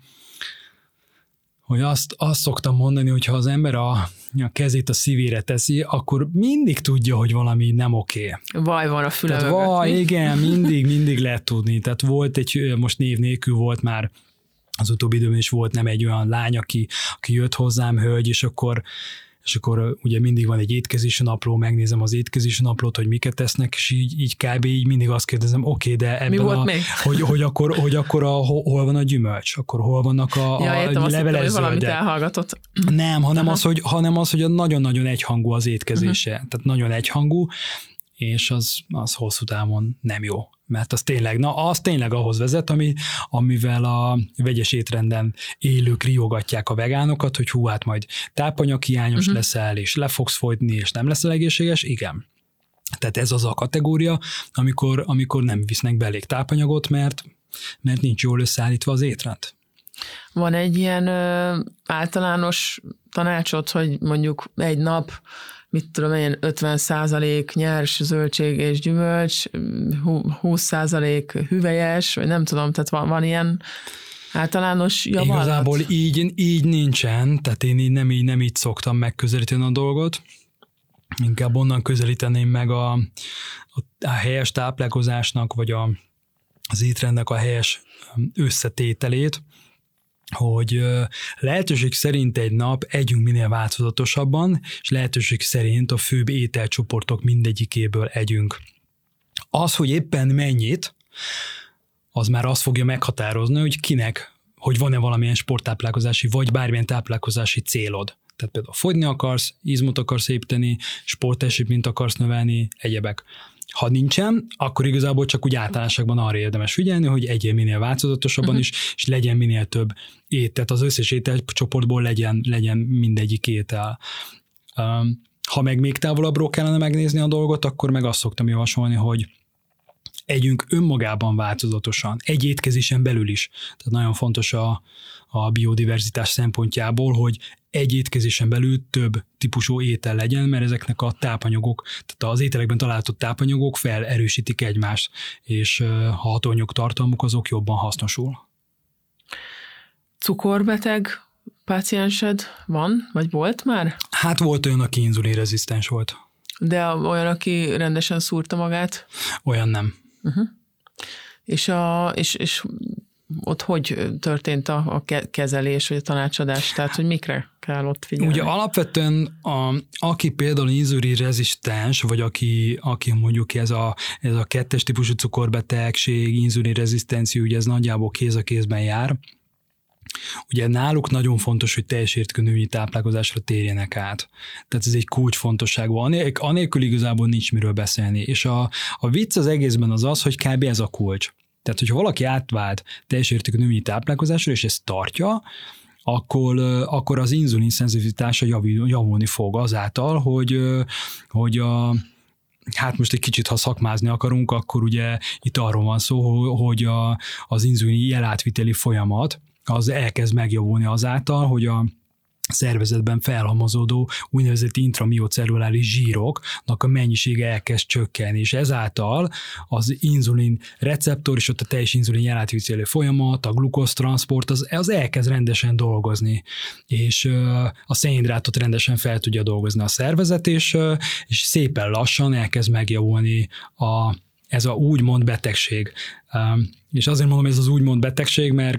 [SPEAKER 2] hogy azt, azt szoktam mondani, hogy ha az ember a, a kezét a szívére teszi, akkor mindig tudja, hogy valami nem oké.
[SPEAKER 1] Vaj van a füle mögött.
[SPEAKER 2] Vaj, igen, mindig, mindig lehet tudni. Tehát volt egy, most név nélkül volt már, az utóbbi időben is volt nem egy olyan lány, aki, aki jött hozzám, hölgy, és akkor és akkor ugye mindig van egy étkezési napló, megnézem az étkezési naplót, hogy miket tesznek, és így, így kb. Így mindig azt kérdezem, oké, okay, de ebben a, hogy, hogy, akkor, hogy akkor a, hol van a gyümölcs, akkor hol vannak a,
[SPEAKER 1] ja,
[SPEAKER 2] a
[SPEAKER 1] értem,
[SPEAKER 2] leveles
[SPEAKER 1] hittem,
[SPEAKER 2] zöldek.
[SPEAKER 1] Valamit elhallgatott.
[SPEAKER 2] Nem, hanem az, hogy, hanem az, hogy a nagyon-nagyon egyhangú az étkezése, uh-huh. tehát nagyon egyhangú, és az, az hosszú távon nem jó. Mert az tényleg, na az tényleg ahhoz vezet, ami, amivel a vegyes étrenden élők riogatják a vegánokat, hogy hú, hát majd tápanyaghiányos uh-huh. leszel, és le fogsz fogyni, és nem leszel egészséges, igen. Tehát ez az a kategória, amikor, amikor nem visznek be elég tápanyagot, mert, mert nincs jól összeállítva az étrend.
[SPEAKER 1] Van egy ilyen ö, általános tanácsot, hogy mondjuk egy nap mit tudom én, ötven százalék nyers zöldség és gyümölcs, húsz százalék hüvelyes, vagy nem tudom, tehát van, van ilyen általános javaslat?
[SPEAKER 2] Igazából így, így nincsen, tehát én így nem, így nem így szoktam megközelíteni a dolgot, inkább onnan közelíteném meg a, a, a helyes táplálkozásnak, vagy a, az étrendnek a helyes összetételét, hogy lehetőség szerint egy nap együnk minél változatosabban, és lehetőség szerint a főbb ételcsoportok mindegyikéből együnk. Az, hogy éppen mennyit, az már azt fogja meghatározni, hogy kinek, hogy van-e valamilyen sporttáplálkozási, vagy bármilyen táplálkozási célod. Tehát például fogyni akarsz, izmot akarsz építeni, sportteljesítményt akarsz növelni, egyebek. Ha nincsen, akkor igazából csak úgy általánosságban arra érdemes figyelni, hogy egyél minél változatosabban uh-huh. is, és legyen minél több étel. Tehát az összes ételcsoportból legyen, legyen mindegyik étel. Ha meg még távolabbról kellene megnézni a dolgot, akkor meg azt szoktam javasolni, hogy együnk önmagában változatosan, egy étkezésen belül is. Tehát nagyon fontos a, a biodiverzitás szempontjából, hogy egy étkezésen belül több típusú étel legyen, mert ezeknek a tápanyagok, tehát az ételekben található tápanyagok felerősítik egymást, és a hatóanyag tartalmuk azok jobban hasznosul.
[SPEAKER 1] Cukorbeteg páciensed van, vagy volt már?
[SPEAKER 2] Hát volt olyan, aki inzulinrezisztens volt.
[SPEAKER 1] De olyan, aki rendesen szúrta magát?
[SPEAKER 2] Olyan nem.
[SPEAKER 1] Uh-huh. És, a, és, és ott hogy történt a, a kezelés, vagy a tanácsadás? Tehát, hogy mikre kell ott figyelni?
[SPEAKER 2] Ugye alapvetően, a, aki például inzulinrezisztens, vagy aki, aki mondjuk ez a, ez a kettes típusú cukorbetegség, inzulinrezisztencia, ugye ez nagyjából kéz a kézben jár. Ugye náluk nagyon fontos, hogy teljes értékű növényi táplálkozásra térjenek át. Tehát ez egy kulcsfontosságú. Anélkül igazából nincs miről beszélni. És a, a vicc az egészben az az, hogy kb. Ez a kulcs. Tehát, hogyha valaki átvált teljes értékű növényi táplálkozásra, és ezt tartja, akkor, akkor az inzulin szenzitivitása javulni fog azáltal, hogy, hogy a hát most egy kicsit, ha szakmázni akarunk, akkor ugye itt arról van szó, hogy a, az inzulin jelátviteli folyamat az elkezd megjavulni azáltal, hogy a szervezetben felhalmozódó úgynevezett intramiocelluláris zsíroknak a mennyisége elkezd csökkenni, és ezáltal az inzulin receptor és ott a teljes inzulin jelátviteli folyamat, a glukóztranszport, az, az elkezd rendesen dolgozni, és a szénhidrátot rendesen fel tudja dolgozni a szervezet, és, és szépen lassan elkezd megjavulni a ez a úgymond betegség. És azért mondom, ez az úgymond betegség, mert,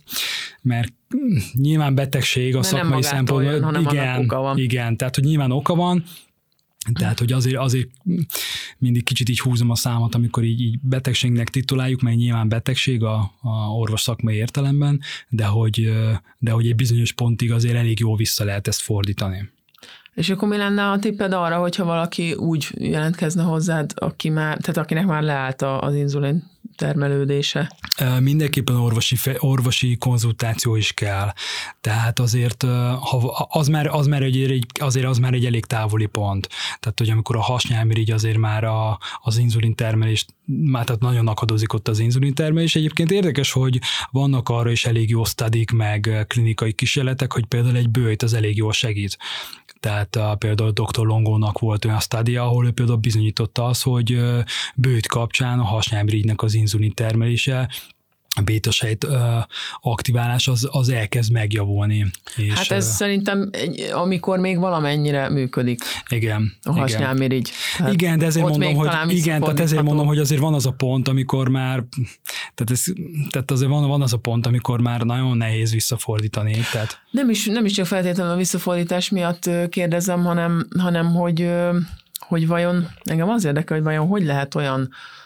[SPEAKER 2] mert nyilván betegség a mert szakmai szempontból. Igen, oka van. Igen, tehát hogy nyilván oka van, tehát hogy azért, azért mindig kicsit így húzom a számot, amikor így, így betegségnek tituláljuk, mert nyilván betegség a, a orvos szakmai értelemben, de hogy, de hogy egy bizonyos pontig azért elég jól vissza lehet ezt fordítani.
[SPEAKER 1] És akkor mi lenne a tipped arra, hogyha valaki úgy jelentkezne hozzád, aki már, tehát akinek már leállt az inzulin termelődése?
[SPEAKER 2] Mindenképpen orvosi, orvosi konzultáció is kell. Tehát azért ha az már, az már egy, azért az már egy elég távoli pont. Tehát, hogy amikor a hasnyálmirigy azért már a, az inzulin termelést már tehát nagyon akadozik ott az inzulin termelés. Egyébként érdekes, hogy vannak arra is elég jó sztadik, meg klinikai kísérletek, hogy például egy böjt az elég jól segít. Tehát a, például doktor Longónak volt olyan sztádia, ahol ő például bizonyította azt, hogy böjt kapcsán a hasnyálmirigynek az inzulin termelése, a bétasejt aktiválás az, az elkezd megjavulni. És
[SPEAKER 1] hát ez uh, szerintem, amikor még valamennyire működik.
[SPEAKER 2] Igen.
[SPEAKER 1] A hasnyálmirigy.
[SPEAKER 2] Igen. igen, de ezért mondom, hogy, igen, tehát ezért mondom, hogy azért van az a pont, amikor már, tehát, ez, tehát azért van, van az a pont, amikor már nagyon nehéz visszafordítani. Tehát. Nem,
[SPEAKER 1] is, nem is csak feltétlenül a visszafordítás miatt kérdezem, hanem, hanem hogy, hogy vajon, engem az érdekel, hogy vajon hogy lehet olyan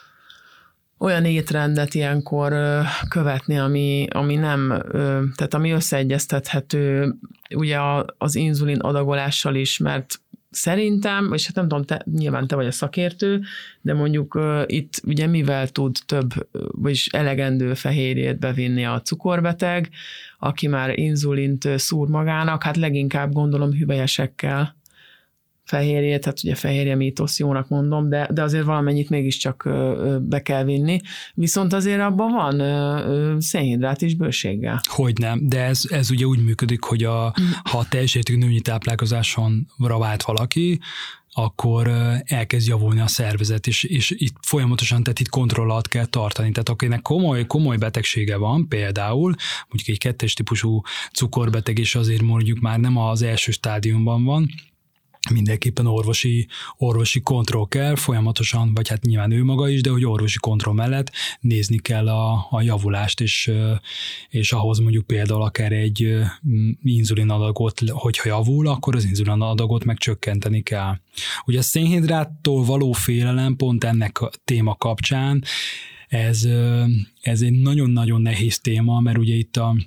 [SPEAKER 1] olyan étrendet ilyenkor követni, ami, ami nem, tehát ami összeegyeztethető ugye az inzulin adagolással is, mert szerintem, és hát nem tudom, te, nyilván te vagy a szakértő, de mondjuk uh, itt ugye mivel tud több, vagyis elegendő fehérjét bevinni a cukorbeteg, aki már inzulint szúr magának, hát leginkább gondolom hüvelyesekkel fehérjét, hát ugye fehérje mítosz, jónak mondom, de, de azért valamennyit mégiscsak be kell vinni. Viszont azért abban van szénhidrát is bőséggel.
[SPEAKER 2] Hogy nem, de ez, ez ugye úgy működik, hogy a, ha a teljes értékű növényi táplálkozáson vált valaki, akkor elkezd javulni a szervezet, és, és itt folyamatosan, tehát itt kontroll alatt kell tartani. Tehát akinek komoly, komoly betegsége van, például mondjuk egy kettes típusú cukorbeteg, és azért mondjuk már nem az első stádiumban van, mindenképpen orvosi, orvosi kontroll kell, folyamatosan, vagy hát nyilván ő maga is, de hogy orvosi kontroll mellett nézni kell a, a javulást, és, és ahhoz mondjuk például akár egy inzulinadagot, hogyha javul, akkor az inzulinadagot meg csökkenteni kell. Ugye a szénhidráttól való félelem pont ennek a téma kapcsán, ez, ez egy nagyon-nagyon nehéz téma, mert ugye itt a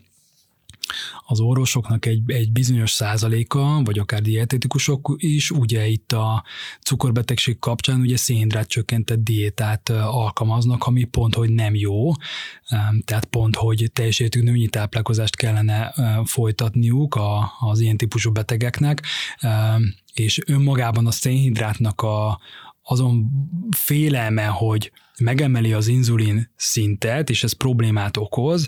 [SPEAKER 2] az orvosoknak egy, egy bizonyos százaléka, vagy akár dietetikusok is, ugye itt a cukorbetegség kapcsán ugye szénhidrátcsökkentett diétát alkalmaznak, ami pont, hogy nem jó, tehát pont, hogy teljes értékű növényi táplálkozást kellene folytatniuk a, az ilyen típusú betegeknek, és önmagában a szénhidrátnak a, azon félelme, hogy megemeli az inzulin szintet, és ez problémát okoz,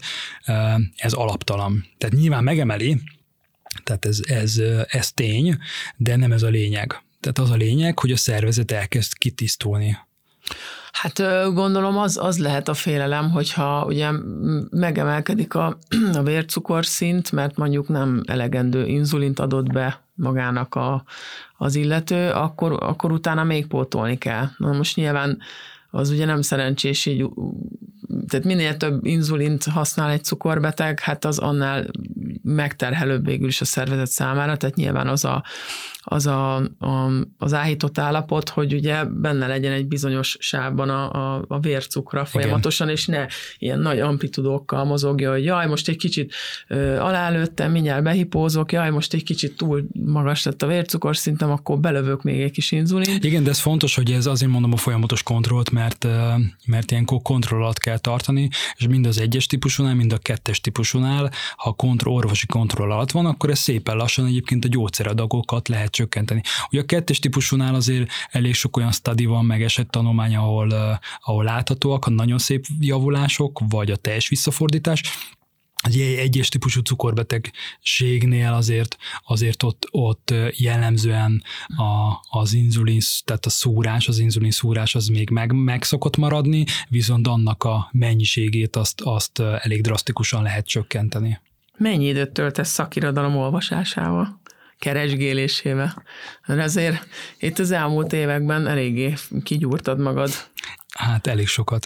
[SPEAKER 2] ez alaptalan. Tehát nyilván megemeli, tehát ez, ez, ez tény, de nem ez a lényeg. Tehát az a lényeg, hogy a szervezet elkezd kitisztulni.
[SPEAKER 1] Hát gondolom az, az lehet a félelem, hogyha ugye megemelkedik a, a vércukorszint, mert mondjuk nem elegendő inzulint adott be magának a, az illető, akkor, akkor utána még pótolni kell. Na most nyilván az ugye nem szerencsés, így, tehát minél több inzulint használ egy cukorbeteg, hát az annál megterhelőbb végül is a szervezet számára, tehát nyilván az a, az, a, a, az áhított állapot, hogy ugye benne legyen egy bizonyos sávban a, a, a vércukra folyamatosan, igen. És ne ilyen nagy amplitudókkal mozogja, hogy jaj, most egy kicsit ö, alálőttem, mindjárt behipózok, jaj, most egy kicsit túl magas lett a vércukorszintem, akkor belövök még egy kis inzulint.
[SPEAKER 2] Igen, de ez fontos, hogy ez azért mondom a folyamatos kontrollt, mert, mert ilyenkor kontroll alatt kell tartani, és mind az egyes típusúnál, mind a kettes típusúnál, ha kontroll, orvosi kontroll alatt van, akkor ez szépen lassan egyébként a gyógyszeradagokat lehet csökkenteni. Ugye a kettes típusúnál azért elég sok olyan study van, meg esettanulmány, ahol, ahol láthatóak a nagyon szép javulások, vagy a teljes visszafordítás. Egy egyes típusú cukorbetegségnél azért, azért ott, ott jellemzően a, az inzulin, tehát a szúrás, az inzulin szúrás az még meg, meg szokott maradni, viszont annak a mennyiségét azt, azt elég drasztikusan lehet csökkenteni.
[SPEAKER 1] Mennyi időt töltesz szakirodalom olvasásával? Keresgélésével. Ezért itt az elmúlt években eléggé kigyúrtad magad.
[SPEAKER 2] Hát elég sokat.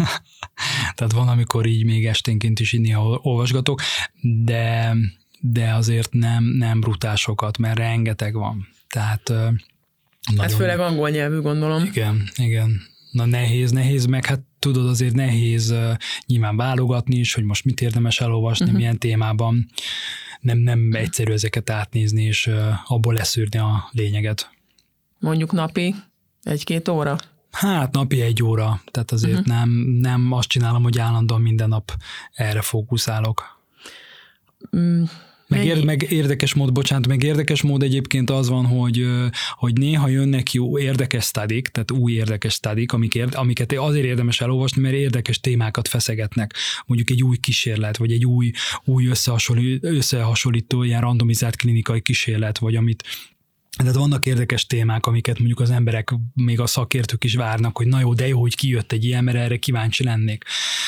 [SPEAKER 2] Tehát van, amikor így még esténként is így néha olvasgatok, de, de azért nem, nem brutál sokat, mert rengeteg van. Tehát
[SPEAKER 1] nagyon... Ez főleg angol nyelvű, gondolom.
[SPEAKER 2] Igen, igen. Na nehéz, nehéz, meg hát tudod, azért nehéz uh, nyilván válogatni is, hogy most mit érdemes elolvasni, uh-huh. milyen témában. Nem, nem egyszerű ezeket átnézni, és uh, abból leszűrni a lényeget.
[SPEAKER 1] Mondjuk napi egy-két óra?
[SPEAKER 2] Hát napi egy óra, tehát azért uh-huh. nem, nem azt csinálom, hogy állandóan minden nap erre fókuszálok.
[SPEAKER 1] Mm,
[SPEAKER 2] Meg, ér, meg érdekes mód, bocsánat, meg érdekes mód egyébként az van, hogy, hogy néha jönnek jó érdekes sztádik, tehát új érdekes sztádik, amik ér, amiket azért érdemes elolvasni, mert érdekes témákat feszegetnek. Mondjuk egy új kísérlet, vagy egy új, új összehasonlító, összehasonlító ilyen randomizált klinikai kísérlet, vagy amit tehát vannak érdekes témák, amiket mondjuk az emberek, még a szakértők is várnak, hogy na jó, de jó, hogy kijött egy ilyen, mert erre kíváncsi lennék.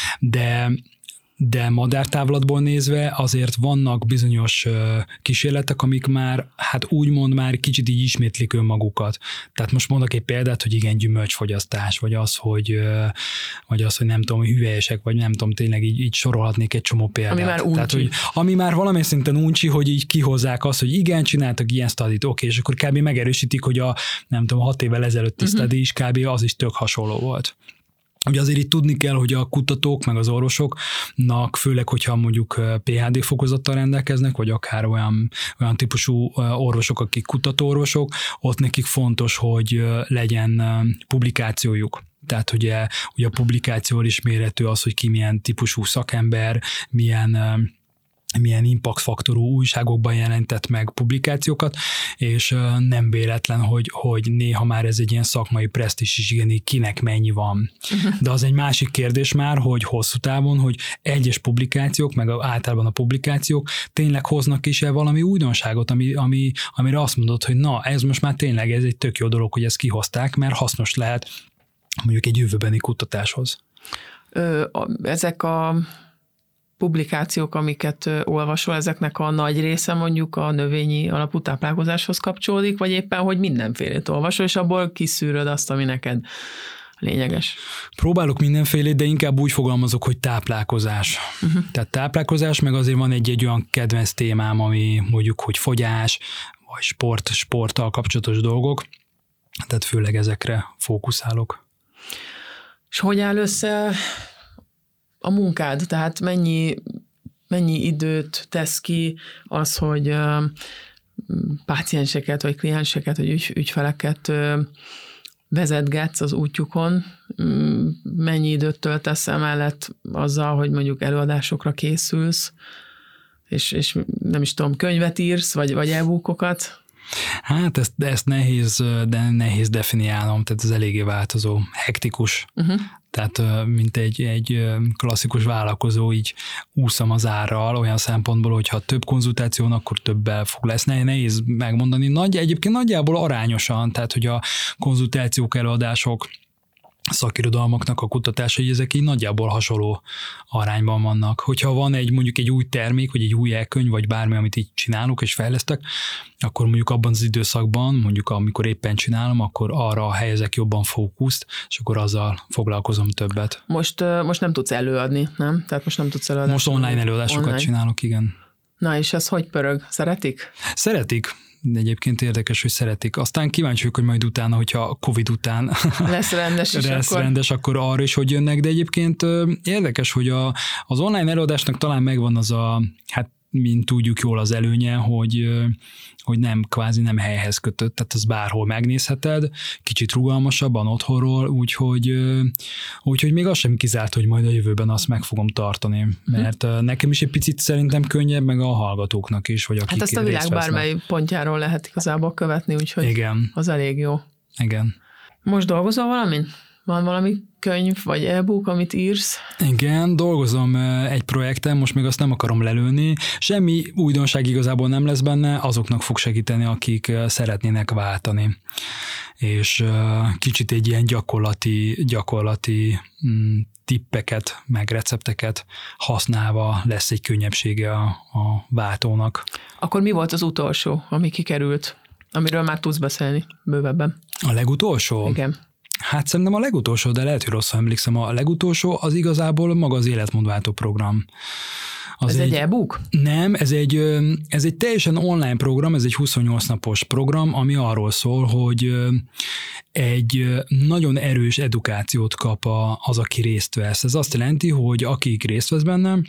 [SPEAKER 2] De De madártávlatból nézve azért vannak bizonyos kísérletek, amik már, hát úgymond már kicsit így ismétlik önmagukat. Tehát most mondok egy példát, hogy igen, gyümölcsfogyasztás, vagy az, hogy, vagy az, hogy nem tudom, hüvelyesek, vagy nem tudom, tényleg így, így sorolhatnék egy csomó példát.
[SPEAKER 1] Ami már uncsi.
[SPEAKER 2] Tehát, hogy, ami már valamilyen szinten uncsi, hogy így kihozzák azt, hogy igen, csináltak ilyen sztadit, oké, és akkor kb. Megerősítik, hogy a nem tudom, hat évvel ezelőtti uh-huh. sztadi is kb. Az is tök hasonló volt. Ugye azért itt tudni kell, hogy a kutatók meg az orvosoknak, főleg, hogyha mondjuk pé há dé fokozattal rendelkeznek, vagy akár olyan, olyan típusú orvosok, akik kutatóorvosok, ott nekik fontos, hogy legyen publikációjuk. Tehát ugye, ugye a publikációval is mérhető az, hogy ki milyen típusú szakember, milyen milyen impact faktorú újságokban jelentett meg publikációkat, és nem véletlen, hogy, hogy néha már ez egy ilyen szakmai presztízs is, igen, kinek mennyi van. De az egy másik kérdés már, hogy hosszú távon, hogy egyes publikációk, meg általában a publikációk tényleg hoznak is el valami újdonságot, ami, ami, amire azt mondod, hogy na, ez most már tényleg ez egy tök jó dolog, hogy ezt kihozták, mert hasznos lehet mondjuk egy jövőbeni kutatáshoz.
[SPEAKER 1] Ö, ezek a publikációk, amiket olvasol, ezeknek a nagy része mondjuk a növényi alapú táplálkozáshoz kapcsolódik, vagy éppen, hogy mindenfélét olvasol, és abból kiszűröd azt, ami neked lényeges?
[SPEAKER 2] Próbálok mindenfélét, de inkább úgy fogalmazok, hogy táplálkozás. Uh-huh. Tehát táplálkozás, meg azért van egy-egy olyan kedvenc témám, ami mondjuk, hogy fogyás, vagy sport, sporttal kapcsolatos dolgok, tehát főleg ezekre fókuszálok.
[SPEAKER 1] És hogy áll össze a munkád? Tehát mennyi, mennyi időt tesz ki az, hogy pácienseket, vagy klienseket, vagy ügy, ügyfeleket vezetgetsz az útjukon? Mennyi időt töltesz emellett azzal, hogy mondjuk előadásokra készülsz, és, és nem is tudom, könyvet írsz, vagy, vagy e-bookokat?
[SPEAKER 2] Hát ezt, ezt nehéz, de nehéz definiálnom, tehát ez eléggé változó, hektikus. Uh-huh. Tehát mint egy, egy klasszikus vállalkozó, így úszom az árral olyan szempontból, hogy ha több konzultáción, akkor többel fog lesz. Nehéz megmondani. Nagy, egyébként nagyjából arányosan, tehát hogy a konzultációk, előadások, szakirodalmaknak a kutatásai, ezek így nagyjából hasonló arányban vannak. Hogyha van egy mondjuk egy új termék, vagy egy új e-könyv, vagy bármi, amit így csinálok és fejlesztek, akkor mondjuk abban az időszakban, mondjuk amikor éppen csinálom, akkor arra helyezek jobban fókuszt, és akkor azzal foglalkozom többet.
[SPEAKER 1] Most, most nem tudsz előadni, nem? Tehát most nem tudsz előadni.
[SPEAKER 2] Most online előadásokat online. Csinálok, igen.
[SPEAKER 1] Na és ez hogy pörög? Szeretik?
[SPEAKER 2] Szeretik. De egyébként érdekes, hogy szeretik. Aztán kíváncsi vagyok, hogy majd utána, hogyha Covid után
[SPEAKER 1] lesz rendes, is
[SPEAKER 2] lesz
[SPEAKER 1] akkor.
[SPEAKER 2] rendes, akkor arra is, hogy jönnek, de egyébként érdekes, hogy a, az online előadásnak talán megvan az a, hát mint tudjuk jól az előnye, hogy, hogy nem kvázi nem helyhez kötött, tehát az bárhol megnézheted, kicsit rugalmasabban otthonról, úgyhogy, úgyhogy még az sem kizárt, hogy majd a jövőben azt meg fogom tartani, mert hm. nekem is egy picit szerintem könnyebb, meg a hallgatóknak is, vagy akik
[SPEAKER 1] hát ezt a világ bármely pontjáról lehet igazából követni, úgyhogy igen. Az elég jó.
[SPEAKER 2] Igen.
[SPEAKER 1] Most dolgozol valamin? Van valami könyv vagy e-book, amit írsz?
[SPEAKER 2] Igen, dolgozom egy projekten, most még azt nem akarom lelőni. Semmi újdonság igazából nem lesz benne, azoknak fog segíteni, akik szeretnének váltani. És kicsit egy ilyen gyakorlati, gyakorlati tippeket, meg recepteket használva lesz egy könnyebbsége a, a váltónak.
[SPEAKER 1] Akkor mi volt az utolsó, ami kikerült, amiről már tudsz beszélni bővebben?
[SPEAKER 2] A legutolsó?
[SPEAKER 1] Igen.
[SPEAKER 2] Hát szerintem a legutolsó, de lehet, hogy rosszul emlékszem, a legutolsó az igazából maga az életmódváltó program. Az
[SPEAKER 1] ez egy, egy e-book?
[SPEAKER 2] Nem, ez egy, ez egy teljesen online program, ez egy huszonnyolc napos program, ami arról szól, hogy egy nagyon erős edukációt kap az, aki részt vesz. Ez azt jelenti, hogy akik részt vesz benne,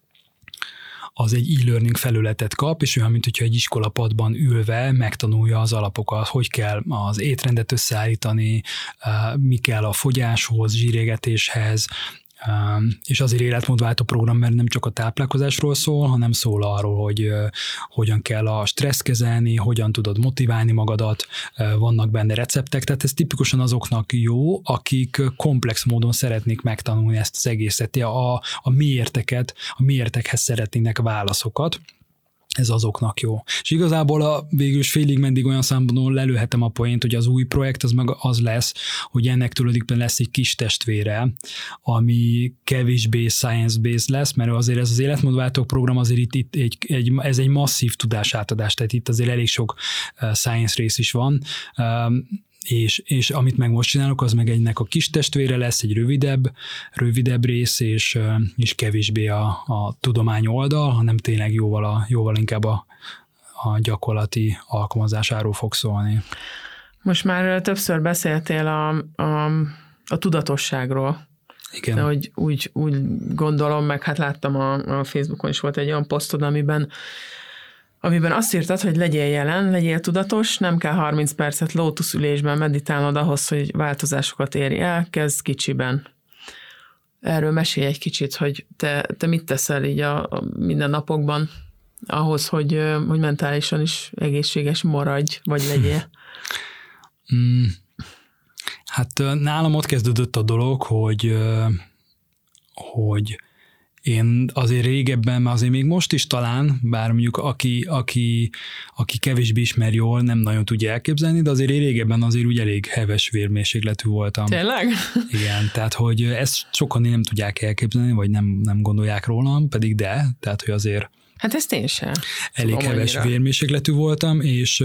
[SPEAKER 2] az egy e-learning felületet kap, és olyan, mint hogyha egy iskolapadban ülve megtanulja az alapokat, hogy kell az étrendet összeállítani, mi kell a fogyáshoz, zsírégetéshez, és azért életmódváltó program, mert nem csak a táplálkozásról szól, hanem szól arról, hogy hogyan kell a stresszt kezelni, hogyan tudod motiválni magadat, vannak benne receptek, tehát ez tipikusan azoknak jó, akik komplex módon szeretnék megtanulni ezt az egészet, a, a miérteket, a miértekhez szeretnének válaszokat. Ez azoknak jó. És igazából a végül is félig meddig olyan számban lelőhetem a poént, hogy az új projekt az meg az lesz, hogy ennek tulajdonképpen lesz egy kis testvére, ami kevésbé science-based lesz, mert azért ez az életmódváltó program azért itt, itt egy, egy, ez egy masszív tudásátadás, tehát itt azért elég sok uh, science rész is van, um, És, és amit meg most csinálok, az meg egynek a kis testvére lesz, egy rövidebb, rövidebb rész, és, és kevésbé a, a tudomány oldal, hanem tényleg jóval, a, jóval inkább a, a gyakorlati alkalmazásáról fog szólni.
[SPEAKER 1] Most már többször beszéltél a, a, a tudatosságról.
[SPEAKER 2] Igen.
[SPEAKER 1] De hogy úgy, úgy gondolom, meg hát láttam a, a Facebookon is volt egy olyan posztod, amiben amiben azt írtad, hogy legyél jelen, legyél tudatos, nem kell harminc percet lótuszülésben meditálnod ahhoz, hogy változásokat érj el, kezd kicsiben. Erről mesélj egy kicsit, hogy te, te mit teszel így a, a mindennapokban ahhoz, hogy, hogy mentálisan is egészséges maradj, vagy legyél.
[SPEAKER 2] Mm. Hát nálam ott kezdődött a dolog, hogy, hogy én azért régebben, mert azért még most is talán, bár mondjuk aki, aki, aki kevésbé ismer jól, nem nagyon tudja elképzelni, de azért én régebben azért úgy elég heves vérmérsékletű voltam.
[SPEAKER 1] Tényleg?
[SPEAKER 2] Igen, tehát hogy ezt sokan nem tudják elképzelni, vagy nem, nem gondolják rólam, pedig de, tehát hogy azért
[SPEAKER 1] hát ezt én sem.
[SPEAKER 2] Elég
[SPEAKER 1] szóval
[SPEAKER 2] heves
[SPEAKER 1] annyira. Vérmérsékletű
[SPEAKER 2] voltam, és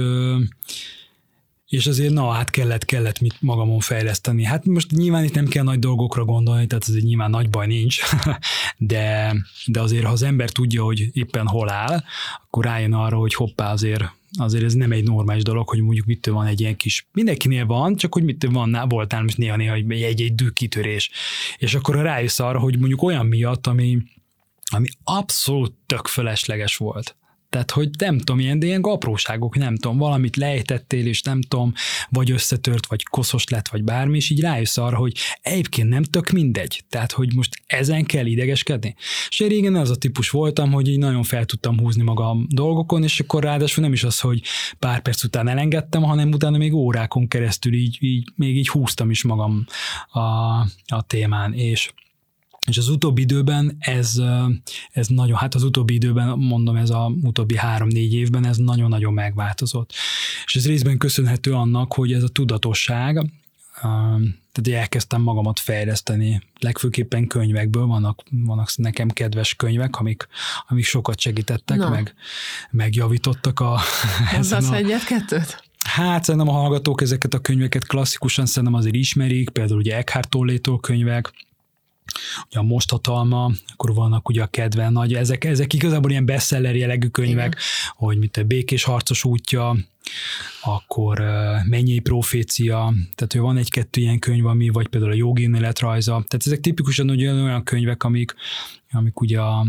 [SPEAKER 2] és azért na, hát kellett, kellett mit magamon fejleszteni. Hát most nyilván itt nem kell nagy dolgokra gondolni, tehát azért nyilván nagy baj nincs, de, de azért, ha az ember tudja, hogy éppen hol áll, akkor rájön arra, hogy hoppá, azért, azért ez nem egy normális dolog, hogy mondjuk mitől van egy ilyen kis, mindenkinél van, csak hogy mitől van, volt nálam is néha-néha egy-egy dűkitörés. És akkor rájössz arra, hogy mondjuk olyan miatt, ami, ami abszolút tök fölösleges volt. Tehát, hogy nem tudom, ilyen, de ilyen apróságok, nem tudom, valamit lejtettél, és nem tudom, vagy összetört, vagy koszos lett, vagy bármi, és így rájössz arra, hogy egyébként nem tök mindegy. Tehát, hogy most ezen kell idegeskedni. És én régen az a típus voltam, hogy így nagyon fel tudtam húzni magam dolgokon, és akkor ráadásul nem is az, hogy pár perc után elengedtem, hanem utána még órákon keresztül így, így még így húztam is magam a, a témán, és És az utóbbi időben ez, ez nagyon, hát az utóbbi időben, mondom, ez a utóbbi három-négy évben ez nagyon-nagyon megváltozott. És ez részben köszönhető annak, hogy ez a tudatosság, tehát elkezdtem magamat fejleszteni, legfőképpen könyvekből, vannak, vannak nekem kedves könyvek, amik, amik sokat segítettek, no. meg, megjavítottak a...
[SPEAKER 1] Mondasz egyet-kettőt?
[SPEAKER 2] Hát szerintem a hallgatók ezeket a könyveket klasszikusan szerintem azért ismerik, például ugye Eckhart Tollétól könyvek, ugye a Most hatalma, akkor vannak ugye a Kedve nagy, ezek, ezek igazából ilyen bestseller jellegű könyvek, igen. Hogy mint a Békés harcos útja, akkor uh, Mennyei profécia, tehát hogy van egy-kettő ilyen könyv, ami, vagy például a Jogin életrajza, tehát ezek tipikusan ugye olyan könyvek, amik, amik ugye a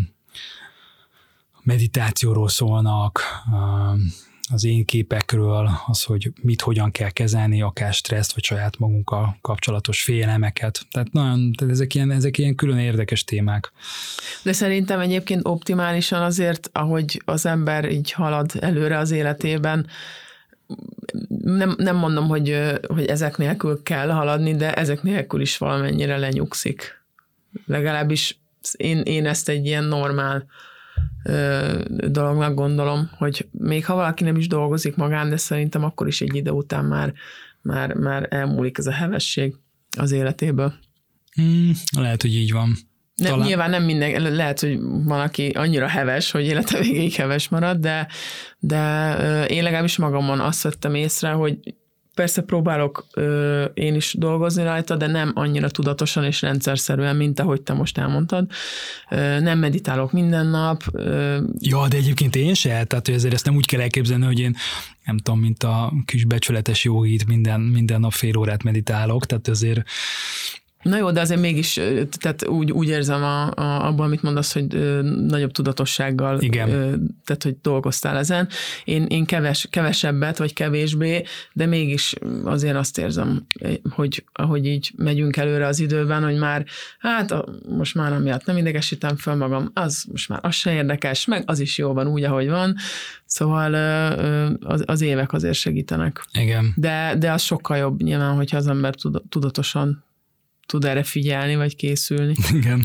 [SPEAKER 2] meditációról szólnak, uh, az én képekről, az, hogy mit, hogyan kell kezelni, akár stresszt, vagy saját magunkkal kapcsolatos félelmeket. Tehát nagyon, tehát ezek ilyen, ezek ilyen külön érdekes témák.
[SPEAKER 1] De szerintem egyébként optimálisan azért, ahogy az ember így halad előre az életében, nem, nem mondom, hogy, hogy ezek nélkül kell haladni, de ezek nélkül is valamennyire lenyugszik. Legalábbis én, én ezt egy ilyen normál dolognak gondolom, hogy még ha valaki nem is dolgozik magán, de szerintem akkor is egy idő után már, már, már elmúlik ez a hevesség az életéből.
[SPEAKER 2] Mm, lehet, hogy így van.
[SPEAKER 1] Nem, nyilván nem minden, lehet, hogy van, aki annyira heves, hogy élete végéig heves marad, de, de én legalábbis magamon azt vettem észre, hogy persze próbálok ö, én is dolgozni rajta, de nem annyira tudatosan és rendszerszerűen, mint ahogy te most elmondtad. Ö, nem meditálok minden nap. Ö,
[SPEAKER 2] ja, de egyébként én se, tehát hogy ezért ezt nem úgy kell elképzelni, hogy én nem tudom, mint a kis becsületes jogit minden, minden nap fél órát meditálok, tehát azért
[SPEAKER 1] Na jó, de azért mégis, tehát úgy, úgy érzem a, a, abban, amit mondasz, hogy ö, nagyobb tudatossággal,
[SPEAKER 2] Igen.
[SPEAKER 1] Ö, tehát hogy dolgoztál ezen. Én, én keves, kevesebbet, vagy kevésbé, de mégis azért azt érzem, hogy ahogy így megyünk előre az időben, hogy már, hát a, most már amiatt nem idegesítem fel magam, az most már az se érdekes, meg az is jó van úgy, ahogy van. Szóval az, az évek azért segítenek.
[SPEAKER 2] Igen.
[SPEAKER 1] De, de az sokkal jobb nyilván, hogyha az ember tudatosan tud erre figyelni, vagy készülni.
[SPEAKER 2] Igen.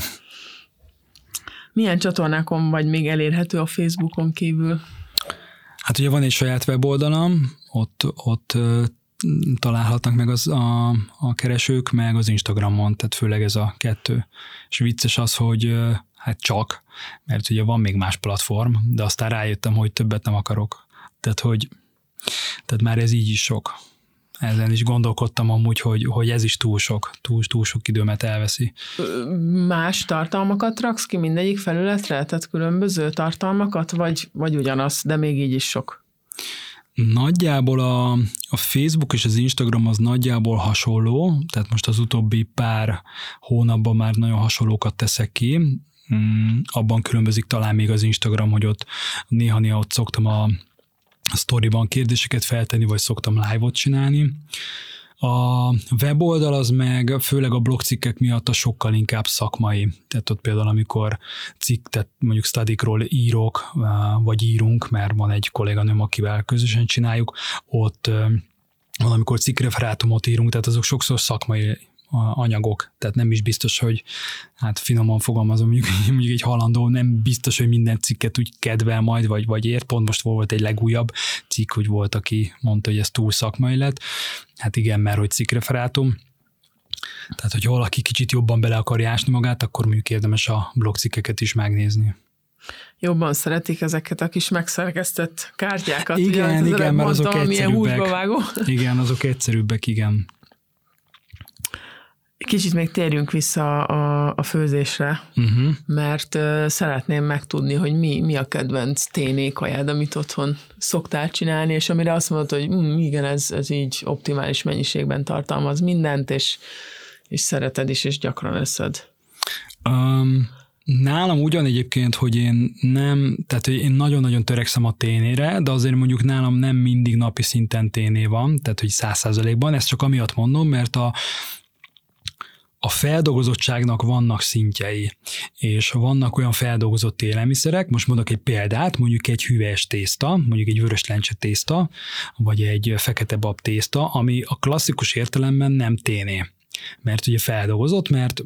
[SPEAKER 1] Milyen csatornákon vagy még elérhető a Facebookon kívül?
[SPEAKER 2] Hát ugye van egy saját weboldalam, ott, ott uh, találhatnak meg az, a, a keresők, meg az Instagramon, tehát főleg ez a kettő. És vicces az, hogy uh, hát csak, mert ugye van még más platform, de aztán rájöttem, hogy többet nem akarok. Tehát, hogy tehát már ez így is sok. Ezen is gondolkodtam amúgy, hogy, hogy ez is túl sok, túl, túl sok időmet elveszi.
[SPEAKER 1] Más tartalmakat raksz ki mindegyik felületre? Tehát különböző tartalmakat, vagy, vagy ugyanaz, de még így is sok?
[SPEAKER 2] Nagyjából a, a Facebook és az Instagram az nagyjából hasonló, tehát most az utóbbi pár hónapban már nagyon hasonlókat teszek ki. Abban különbözik talán még az Instagram, hogy ott néha-néha ott szoktam a a sztoriban kérdéseket feltenni, vagy szoktam live-ot csinálni. A weboldal az meg főleg a blogcikkek miatt a sokkal inkább szakmai. Tehát ott például, amikor cikk, tehát mondjuk studikról írok, vagy írunk, mert van egy kolléganőm, akivel közösen csináljuk, ott van, amikor cikkreferátumot írunk, tehát azok sokszor szakmai anyagok, tehát nem is biztos, hogy hát finoman fogalmazom, mondjuk, mondjuk egy halandó nem biztos, hogy minden cikket úgy kedvel majd, vagy, vagy ért. Pont most volt egy legújabb cikk, hogy volt, aki mondta, hogy ez túl szakmai lett. Hát igen, mert hogy cikkreferátum. Tehát, hogy valaki kicsit jobban bele akarja ásni magát, akkor mondjuk érdemes a blogcikkeket is megnézni.
[SPEAKER 1] Jobban szeretik ezeket a kis megszerkesztett kártyákat.
[SPEAKER 2] Igen, ugye, igen, mert azok egyszerűbbek. Igen, azok egyszerűbbek, igen.
[SPEAKER 1] Kicsit még térjünk vissza a, a főzésre, uh-huh. mert uh, szeretném megtudni, hogy mi, mi a kedvenc ténékajád, amit otthon szoktál csinálni, és amire azt mondod, hogy mm, igen, ez, ez így optimális mennyiségben tartalmaz mindent, és, és szereted is, és gyakran eszed.
[SPEAKER 2] Um, nálam ugyan egyébként, hogy én nem, tehát hogy én nagyon-nagyon törekszem a ténére, de azért mondjuk nálam nem mindig napi szinten téné van, tehát hogy száz százalékban, ezt csak amiatt mondom, mert a A feldolgozottságnak vannak szintjei, és vannak olyan feldolgozott élelmiszerek, most mondok egy példát, mondjuk egy hüvelyes tészta, mondjuk egy vörös lencse tészta, vagy egy fekete bab tészta, ami a klasszikus értelemben nem téné, mert ugye feldolgozott, mert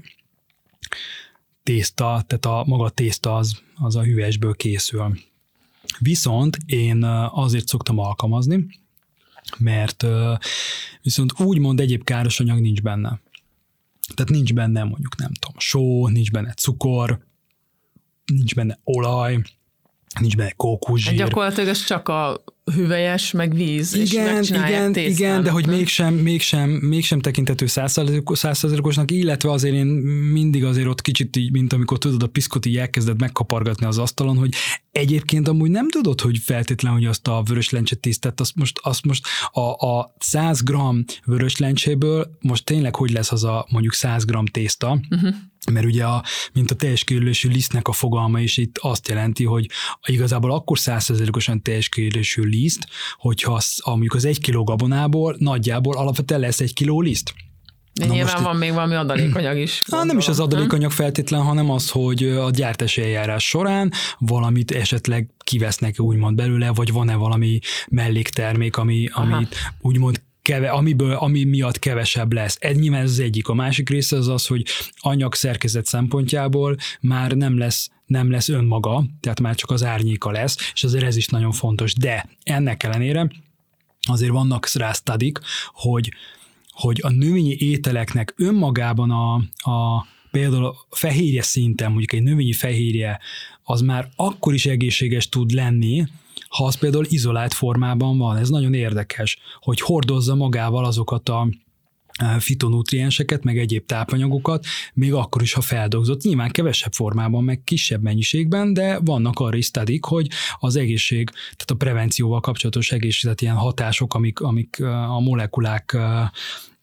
[SPEAKER 2] tészta, tehát a maga tészta az, az a hüvelyesből készül. Viszont én azért szoktam alkalmazni, mert viszont úgymond egyéb káros anyag nincs benne. Tehát nincs benne mondjuk nem tudom, só, nincs benne cukor, nincs benne olaj, nincs benne kókuszsír.
[SPEAKER 1] Gyakorlatilag ez csak a hüvelyes, meg víz,
[SPEAKER 2] igen,
[SPEAKER 1] és
[SPEAKER 2] igen, igen, de hogy mégsem, mégsem, mégsem tekintető százszázalékosnak, illetve azért én mindig azért ott kicsit így, mint amikor tudod, a piszkot így elkezded megkapargatni az asztalon, hogy egyébként amúgy nem tudod, hogy feltétlenül, hogy azt a vörös lencse tésztát, azt most, azt most a, a száz gramm vörös lencséből most tényleg hogy lesz az a mondjuk száz gramm tészta, uh-huh. Mert ugye, a, mint a teljes kiürülésű lisztnek a fogalma is itt azt jelenti, hogy igazából akkor száz százalékosan teljes kiürülésű liszt, hogyha az, mondjuk az egy kiló gabonából nagyjából alapvetően lesz egy kiló liszt.
[SPEAKER 1] De Na nyilván most van még valami adalékanyag is.
[SPEAKER 2] Á, nem is az adalékanyag feltétlen, hanem az, hogy a gyártási eljárás során valamit esetleg kivesznek úgymond belőle, vagy van-e valami melléktermék, ami, amit úgymond Keve, amiből, ami miatt kevesebb lesz. Ez nyilván ez az egyik. A másik része az az, hogy anyagszerkezet szempontjából már nem lesz, nem lesz önmaga, tehát már csak az árnyéka lesz, és azért ez is nagyon fontos. De ennek ellenére azért vannak rá sztadik, hogy, hogy a növényi ételeknek önmagában a, a például a fehérje szinten, mondjuk egy növényi fehérje, az már akkor is egészséges tud lenni, ha az például izolált formában van. Ez nagyon érdekes, hogy hordozza magával azokat a fitonutrienseket, meg egyéb tápanyagokat, még akkor is, ha feldolgozott. Nyilván kevesebb formában, meg kisebb mennyiségben, de vannak arra is sztadik, hogy az egészség, tehát a prevencióval kapcsolatos egészségügyi ilyen hatások, amik, amik a molekulák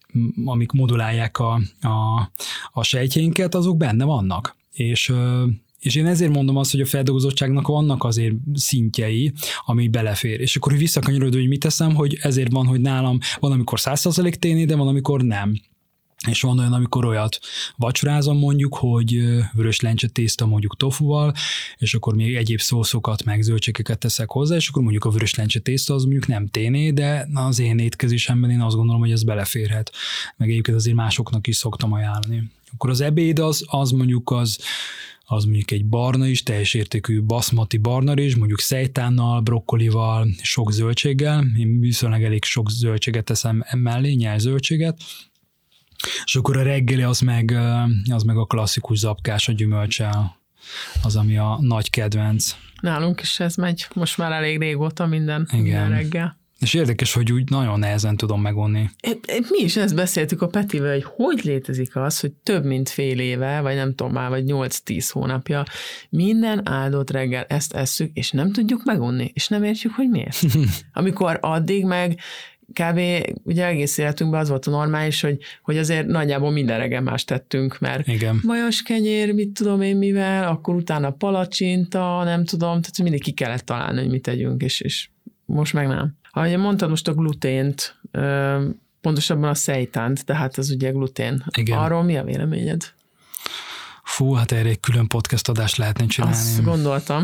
[SPEAKER 2] amik modulálják a, a, a sejtjeinket, azok benne vannak. És És én ezért mondom azt, hogy a feldolgozottságnak vannak azért szintjei, ami belefér. És akkor visszakanyarodva, hogy mit teszem, hogy ezért van, hogy nálam van, amikor száz százalék téné, de van, amikor nem. És van olyan, amikor olyat vacsorázom mondjuk, hogy vörös lencse tészta mondjuk tofuval, és akkor még egyéb szószokat, meg zöldségeket teszek hozzá, és akkor mondjuk a vörös lencse tészta az mondjuk nem téné, de az én étkezésemben én azt gondolom, hogy ez beleférhet. Meg egyébként azért másoknak is szoktam ajánlani. Akkor az ebéd az, az mondjuk az az mondjuk egy barna is, teljes értékű baszmati barna rizs, mondjuk szejtánnal, brokkolival, sok zöldséggel. Én viszonylag elég sok zöldséget teszem mellé, nyers zöldséget. És akkor a reggeli az meg, az meg a klasszikus zapkás a gyümölccsel, az, ami a nagy kedvenc.
[SPEAKER 1] Nálunk is ez megy most már elég régóta minden, minden reggel.
[SPEAKER 2] És érdekes, hogy úgy nagyon nehezen tudom megonni.
[SPEAKER 1] Mi is ezt beszéltük a Petivel, hogy hogy létezik az, hogy több mint fél éve, vagy nem tudom már, vagy nyolc-tíz hónapja minden áldott reggel ezt esszük, és nem tudjuk megonni, és nem értjük, hogy miért. Amikor addig meg kb. Ugye egész életünkben az volt a normális, hogy, hogy azért nagyjából minden reggel más tettünk, mert
[SPEAKER 2] igen.
[SPEAKER 1] Vajas kenyér, mit tudom én mivel, akkor utána palacsinta, nem tudom, tehát mindig ki kellett találni, hogy mit tegyünk, és, és most meg nem. Ahogy mondtad most a glutént, pontosabban a szeitánt, tehát az ugye glutén.
[SPEAKER 2] Igen.
[SPEAKER 1] Arról mi a véleményed?
[SPEAKER 2] Fú, hát erre egy külön podcast adást lehetne csinálni.
[SPEAKER 1] Azt gondoltam.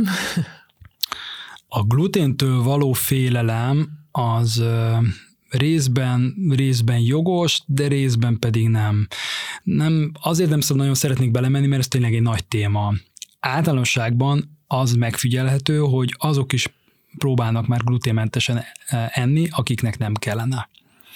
[SPEAKER 2] A gluténtől való félelem az részben, részben jogos, de részben pedig nem. nem. Azért nem szabad nagyon szeretnék belemenni, mert ez tényleg egy nagy téma. Általánosságban az megfigyelhető, hogy azok is próbálnak már gluténmentesen enni, akiknek nem kellene.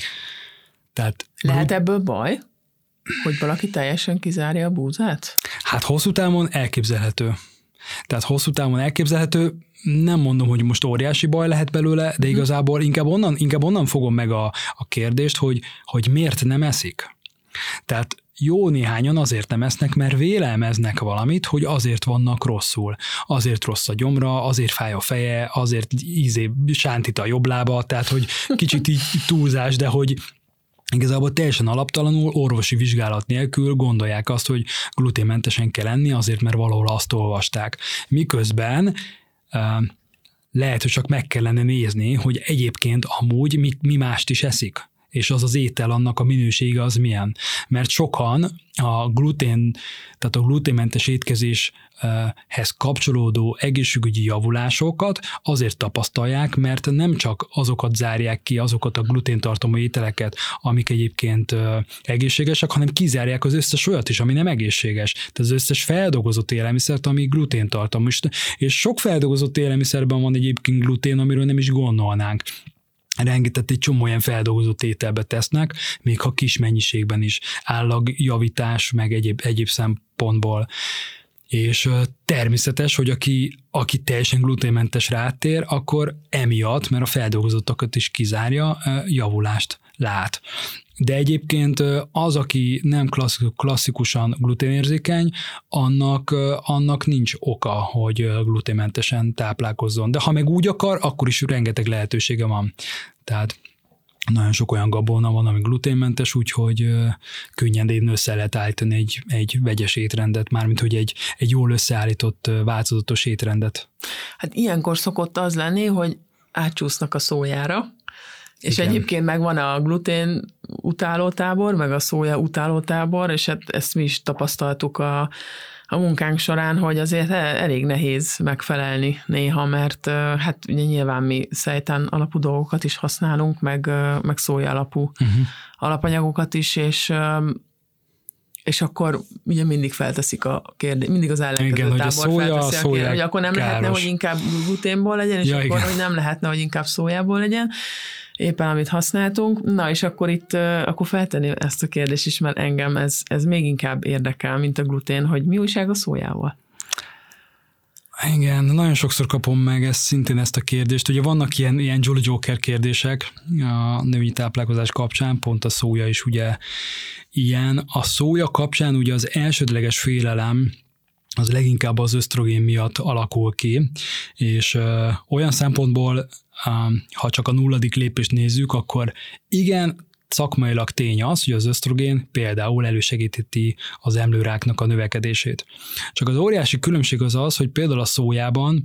[SPEAKER 2] Tehát
[SPEAKER 1] lehet ebből baj, hogy valaki teljesen kizárja a búzát?
[SPEAKER 2] Hát hosszú távon elképzelhető. Tehát hosszú távon elképzelhető, nem mondom, hogy most óriási baj lehet belőle, de igazából inkább onnan, inkább onnan fogom meg a, a kérdést, hogy, hogy miért nem eszik. Tehát jó néhányan azért nem esznek, mert vélelmeznek valamit, hogy azért vannak rosszul. Azért rossz a gyomra, azért fáj a feje, azért ízé sántít a jobb lába, tehát hogy kicsit így túlzás, de hogy igazából teljesen alaptalanul, orvosi vizsgálat nélkül gondolják azt, hogy gluténmentesen kell enni, azért, mert valahol azt olvasták. Miközben uh, lehet, hogy csak meg kellene nézni, hogy egyébként amúgy mi, mi mást is eszik. És az az étel, annak a minősége az milyen. Mert sokan a glutén, tehát a gluténmentes étkezéshez kapcsolódó egészségügyi javulásokat azért tapasztalják, mert nem csak azokat zárják ki, azokat a gluténtartalmú ételeket, amik egyébként egészségesek, hanem kizárják az összes olyat is, ami nem egészséges. Tehát az összes feldolgozott élelmiszert, ami gluténtartalmú. És sok feldolgozott élelmiszerben van egyébként glutén, amiről nem is gondolnánk. Rengeteg egy csomó olyan feldolgozott ételbe tesznek, még ha kis mennyiségben is, állagjavítás, meg egyéb, egyéb szempontból. És természetes, hogy aki, aki teljesen gluténmentesre áttér, akkor emiatt, mert a feldolgozottakat is kizárja, javulást lát. De egyébként az, aki nem klasszikusan gluténérzékeny, annak, annak nincs oka, hogy gluténmentesen táplálkozzon. De ha meg úgy akar, akkor is rengeteg lehetősége van. Tehát nagyon sok olyan gabona van, ami gluténmentes, úgyhogy könnyedén össze lehet állítani egy, egy vegyes étrendet, mármint hogy egy, egy jól összeállított, változatos étrendet.
[SPEAKER 1] Hát ilyenkor szokott az lenni, hogy átcsúsznak a szójára, és igen. Egyébként megvan a glutén utálótábor, meg a szója utálótábor, és hát ezt mi is tapasztaltuk a, a munkánk során, hogy azért elég nehéz megfelelni néha, mert hát ugye nyilván mi szejtán alapú dolgokat is használunk, meg, meg szója alapú uh-huh. alapanyagokat is, és és akkor ugye mindig felteszik a kérdést, mindig az ellenkező tábor
[SPEAKER 2] szója,
[SPEAKER 1] felteszi a kérdést, hogy akkor nem
[SPEAKER 2] káros.
[SPEAKER 1] lehetne, hogy inkább gluténból legyen, és ja, akkor, igen. hogy nem lehetne, hogy inkább szójából legyen, éppen amit használtunk. Na, és akkor itt akkor feltenni ezt a kérdést is, mert engem ez, ez még inkább érdekel, mint a glutén, hogy mi újság a szójával?
[SPEAKER 2] Igen, nagyon sokszor kapom meg ezt, szintén ezt a kérdést. Ugye vannak ilyen, ilyen Jolly Joker kérdések a női táplálkozás kapcsán, pont a szója is ugye ilyen. A szója kapcsán ugye az elsődleges félelem az leginkább az ösztrogén miatt alakul ki, és ö, olyan szempontból, ö, ha csak a nulladik lépést nézzük, akkor igen, szakmailag tény az, hogy az ösztrogén például elősegíti az emlőráknak a növekedését. Csak az óriási különbség az az, hogy például a szójában,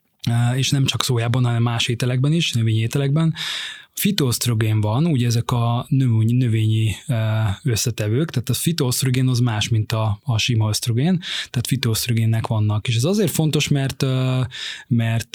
[SPEAKER 2] és nem csak szójában, hanem más ételekben is, növényi ételekben, fitoösztrogén van, ugye ezek a növényi, növényi összetevők, tehát a fitoösztrogén az más, mint a, a sima ösztrogén, tehát fitoösztrogénnek vannak. És ez azért fontos, mert, mert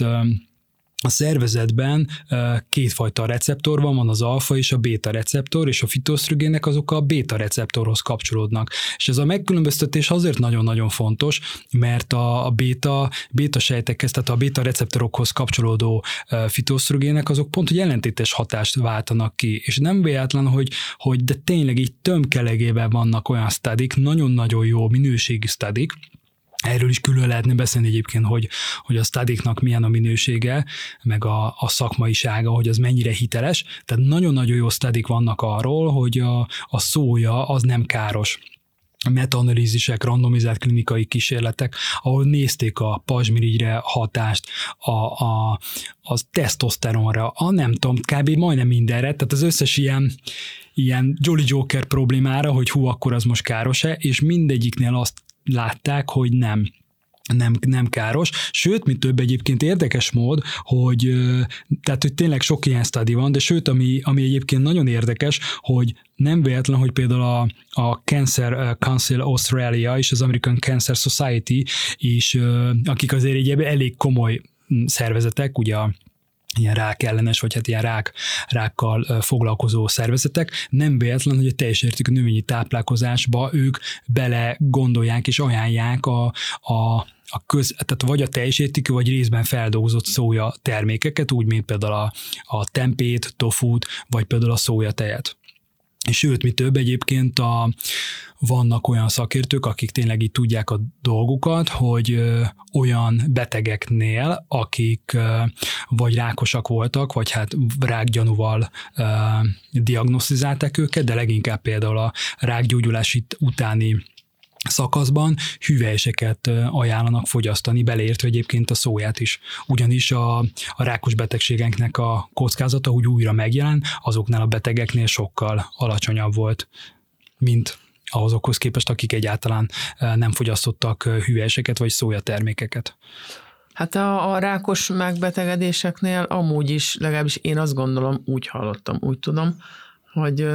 [SPEAKER 2] a szervezetben kétfajta receptor van, van az alfa és a béta receptor, és a fitoösztrogének azok a béta receptorhoz kapcsolódnak. És ez a megkülönböztetés azért nagyon-nagyon fontos, mert a, a béta, béta sejtekhez, tehát a béta receptorokhoz kapcsolódó fitoösztrogének azok pont, hogy ellentétes hatást váltanak ki. És nem véletlen, hogy, hogy de tényleg így tömkelegében vannak olyan sztádik, nagyon-nagyon jó minőségi sztádik. Erről is külön lehetne beszélni egyébként, hogy, hogy a sztádiknak milyen a minősége, meg a, a szakmaisága, hogy az mennyire hiteles. Tehát nagyon-nagyon jó sztádik vannak arról, hogy a, a szója az nem káros. Metaanalízisek, randomizált klinikai kísérletek, ahol nézték a pazsmirigyre hatást, a, a, a tesztoszteronra, a nem tudom, kb. Majdnem mindenre, tehát az összes ilyen, ilyen Jolly Joker problémára, hogy hú, akkor az most káros-e, és mindegyiknél azt látták, hogy nem. Nem, nem káros, sőt, mint több egyébként érdekes mód, hogy, tehát, hogy tényleg sok ilyen study van, de sőt, ami, ami egyébként nagyon érdekes, hogy nem véletlen, hogy például a, a Cancer Council Australia és az American Cancer Society is, akik azért egy elég komoly szervezetek, ugye a ilyen rák ellenes, vagy hát ilyen rák, rákkal foglalkozó szervezetek, nem véletlen, hogy a teljes értékű növényi táplálkozásba ők bele gondolják és ajánlják a, a, a köz, tehát vagy a teljes értékű, vagy részben feldolgozott szója termékeket, úgy, mint például a, a tempét, tofút, vagy például a szójatejet. És sőt, mi több egyébként a, vannak olyan szakértők, akik tényleg így tudják a dolgukat, hogy ö, olyan betegeknél, akik ö, vagy rákosak voltak, vagy hát rákgyanúval ö, diagnosztizálták őket, de leginkább például a rákgyógyulás utáni szakaszban hüvelyseket ajánlanak fogyasztani, beleértve egyébként a szóját is. Ugyanis a, a rákos betegségeknek a kockázata, hogy újra megjelen, azoknál a betegeknél sokkal alacsonyabb volt, mint azokhoz képest, akik egyáltalán nem fogyasztottak hüvelyseket vagy szójatermékeket.
[SPEAKER 1] Hát a, a rákos megbetegedéseknél amúgy is, legalábbis én azt gondolom, úgy hallottam, úgy tudom, hogy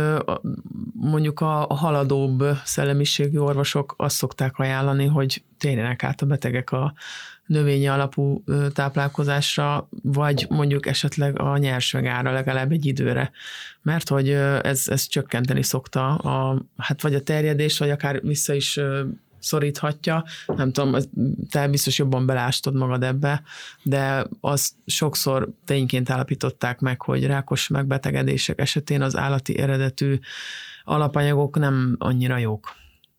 [SPEAKER 1] mondjuk a haladóbb szellemiségi orvosok azt szokták ajánlani, hogy térjenek át a betegek a növényi alapú táplálkozásra, vagy mondjuk esetleg a nyersanyagára legalább egy időre. Mert hogy ez, ez csökkenteni szokta a, hát vagy a terjedést, vagy akár vissza is szoríthatja. Nem tudom, te biztos jobban belástod magad ebbe, de az sokszor tényként állapították meg, hogy rákos megbetegedések esetén az állati eredetű alapanyagok nem annyira jók.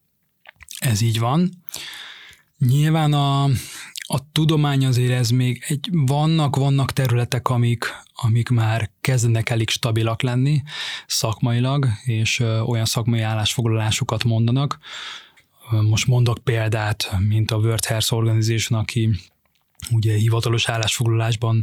[SPEAKER 2] Ez így van. Nyilván a, a tudomány azért ez még egy, vannak, vannak területek, amik, amik már kezdenek elég stabilak lenni szakmailag, és olyan szakmai állásfoglalásokat mondanak. Most mondok példát, mint a World Health Organization, aki ugye hivatalos állásfoglalásban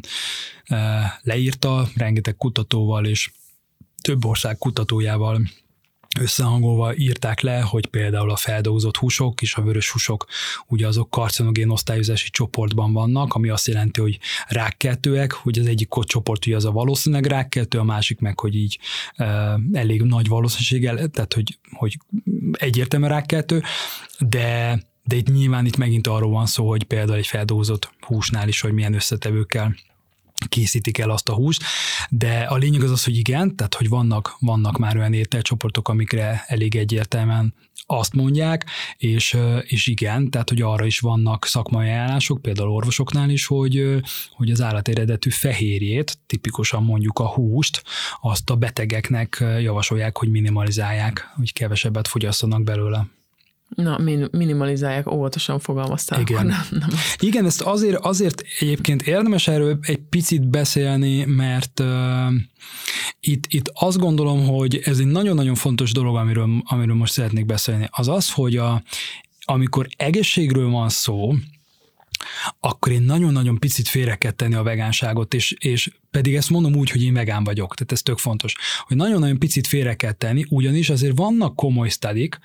[SPEAKER 2] leírta, rengeteg kutatóval és több ország kutatójával összehangolva írták le, hogy például a feldolgozott húsok és a vörös húsok ugye azok karcinogén osztályozási csoportban vannak, ami azt jelenti, hogy rákkeltőek, hogy az egyik csoport ugye az a valószínűleg rákkeltő, a másik meg, hogy így e, elég nagy valószínűséggel, tehát hogy, hogy egyértelműen rákkeltő, de, de itt nyilván itt megint arról van szó, hogy például egy feldolgozott húsnál is, hogy milyen összetevőkkel készítik el azt a húst, de a lényeg az az, hogy igen, tehát hogy vannak, vannak már olyan ételcsoportok, amikre elég egyértelműen azt mondják, és, és igen, tehát hogy arra is vannak szakmai ajánlások, például orvosoknál is, hogy, hogy az állateredetű fehérjét, tipikusan mondjuk a húst, azt a betegeknek javasolják, hogy minimalizálják, hogy kevesebbet fogyasszanak belőle.
[SPEAKER 1] Na, minimalizálják, óvatosan fogalmaztál.
[SPEAKER 2] Igen,
[SPEAKER 1] nem, nem.
[SPEAKER 2] Igen, ezt azért, azért egyébként érdemes erről egy picit beszélni, mert uh, itt, itt azt gondolom, hogy ez egy nagyon-nagyon fontos dolog, amiről, amiről most szeretnék beszélni. Az az, hogy a, amikor egészségről van szó, akkor én nagyon-nagyon picit félre kell tenni a vegánságot, és, és pedig ezt mondom úgy, hogy én vegán vagyok, tehát ez tök fontos, hogy nagyon-nagyon picit félre kell tenni, ugyanis azért vannak komoly sztadik,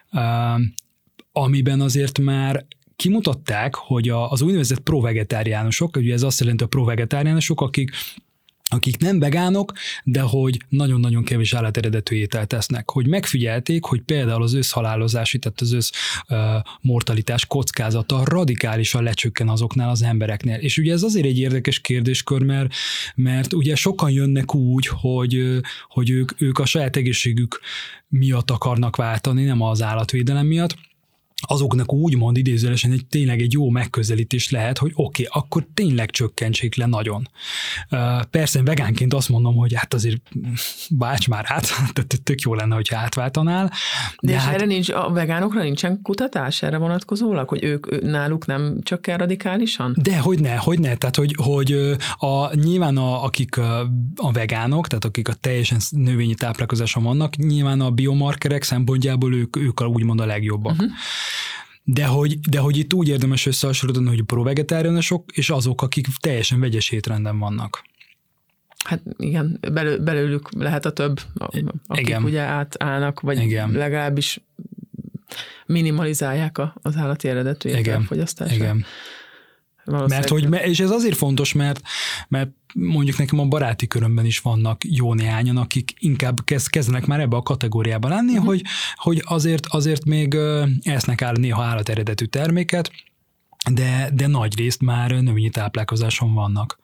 [SPEAKER 2] amiben azért már kimutatták, hogy az úgynevezett pro-vegetáriánusok, ugye ez azt jelenti a pro-vegetáriánusok, akik akik nem vegánok, de hogy nagyon-nagyon kevés állateredetű ételt tesznek. Hogy megfigyelték, hogy például az összhalálozási, tehát az össz uh, mortalitás kockázata radikálisan lecsökken azoknál az embereknél. És ugye ez azért egy érdekes kérdéskör, mert, mert ugye sokan jönnek úgy, hogy, hogy ők, ők a saját egészségük miatt akarnak váltani, nem az állatvédelem miatt. Azoknak úgymond idézőjelesen egy tényleg egy jó megközelítés lehet, hogy oké, okay, akkor tényleg csökkentsék le nagyon. Persze én vegánként azt mondom, hogy hát azért bács már át, tehát tök jó lenne, hogyha átváltanál.
[SPEAKER 1] De, de és
[SPEAKER 2] hát...
[SPEAKER 1] erre nincs, a vegánokra nincsen kutatás erre vonatkozólag, hogy ők náluk nem csökken radikálisan?
[SPEAKER 2] De hogy ne, hogy ne, tehát hogy, hogy a, nyilván a, akik a, a vegánok, tehát akik a teljesen növényi táplálkozáson vannak, nyilván a biomarkerek szempontjából ők, ők a, úgymond a legjobbak. Uh-huh. De hogy, de hogy itt úgy érdemes összehasonlítani, hogy a pro-vegetáriánusok és azok, akik teljesen vegyes étrenden vannak.
[SPEAKER 1] Hát igen, belő, belőlük lehet a több, akik igen. ugye átállnak, vagy igen. legalábbis minimalizálják az állati eredetű ételfogyasztását. Igen.
[SPEAKER 2] Mert hogy, és ez azért fontos, mert, mert mondjuk nekem a baráti körömben is vannak jó néhányan, akik inkább kezdenek már ebbe a kategóriába lenni, uh-huh. hogy, hogy azért, azért még esznek áll néha állateredetű terméket, de, de nagy részt már növényi táplálkozáson vannak.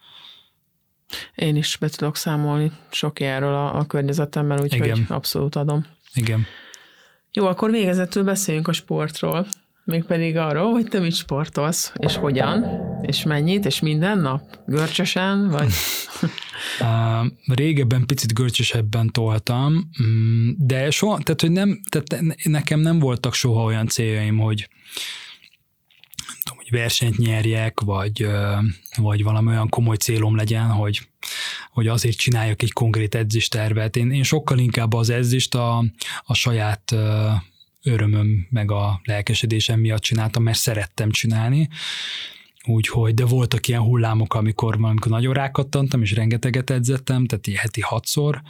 [SPEAKER 1] Én is be tudok számolni sok ilyenről a, a környezetemmel, úgyhogy abszolút adom.
[SPEAKER 2] Igen.
[SPEAKER 1] Jó, akkor végezetül beszéljünk a sportról. Mégpedig arról, hogy te mit sportolsz, és hogyan, és mennyit, és minden nap? Görcsösen, vagy?
[SPEAKER 2] uh, régebben picit görcsösebben toltam, de soha, tehát, hogy nem, tehát nekem nem voltak soha olyan céljaim, hogy nem tudom, hogy versenyt nyerjek, vagy, vagy valami olyan komoly célom legyen, hogy, hogy azért csináljak egy konkrét edzéstervet. Én, én sokkal inkább az edzést a, a saját örömöm meg a lelkesedésem miatt csináltam, mert szerettem csinálni. Úgyhogy, de voltak ilyen hullámok, amikor, amikor nagyon rákattantam, és rengeteget edzettem, tehát ilyen heti hatszor.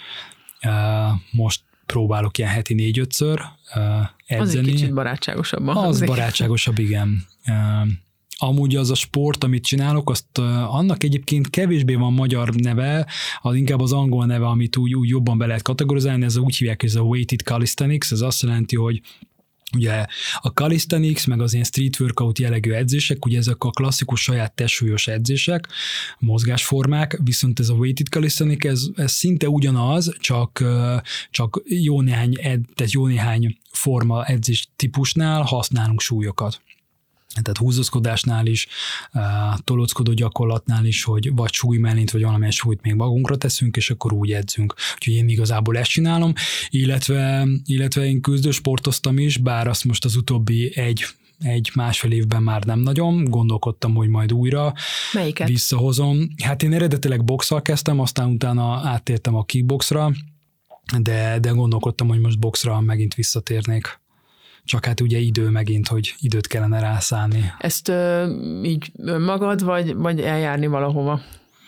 [SPEAKER 2] Most próbálok ilyen heti négy-ötször edzeni.
[SPEAKER 1] Az egy kicsit barátságosabban.
[SPEAKER 2] Az barátságosabb, igen. Amúgy az a sport, amit csinálok, azt annak egyébként kevésbé van magyar neve, az inkább az angol neve, amit úgy, úgy jobban be lehet kategorizálni, ez úgy hívják, hogy ez a weighted calisthenics, ez azt jelenti, hogy ugye a calisthenics, meg az ilyen street workout jellegű edzések, ugye ezek a klasszikus saját testsúlyos edzések, mozgásformák, viszont ez a weighted calisthenics, ez, ez szinte ugyanaz, csak, csak jó néhány, ed, tehát jó néhány forma edzés típusnál használunk súlyokat. Tehát húzózkodásnál is, tolóckodó gyakorlatnál is, hogy vagy súlymellényt, vagy valamilyen súlyt még magunkra teszünk, és akkor úgy edzünk. Úgyhogy én igazából ezt csinálom, illetve, illetve én küzdősportoztam is, bár azt most az utóbbi egy egy másfél évben már nem nagyon, gondolkodtam, hogy majd újra
[SPEAKER 1] Melyiket?
[SPEAKER 2] visszahozom. Hát én eredetileg boxsal kezdtem, aztán utána áttértem a kickboxra, de, de gondolkodtam, hogy most boxra megint visszatérnék. Csak hát ugye idő megint, hogy időt kellene rászállni.
[SPEAKER 1] Ezt ö, így magad, vagy, vagy eljárni valahova?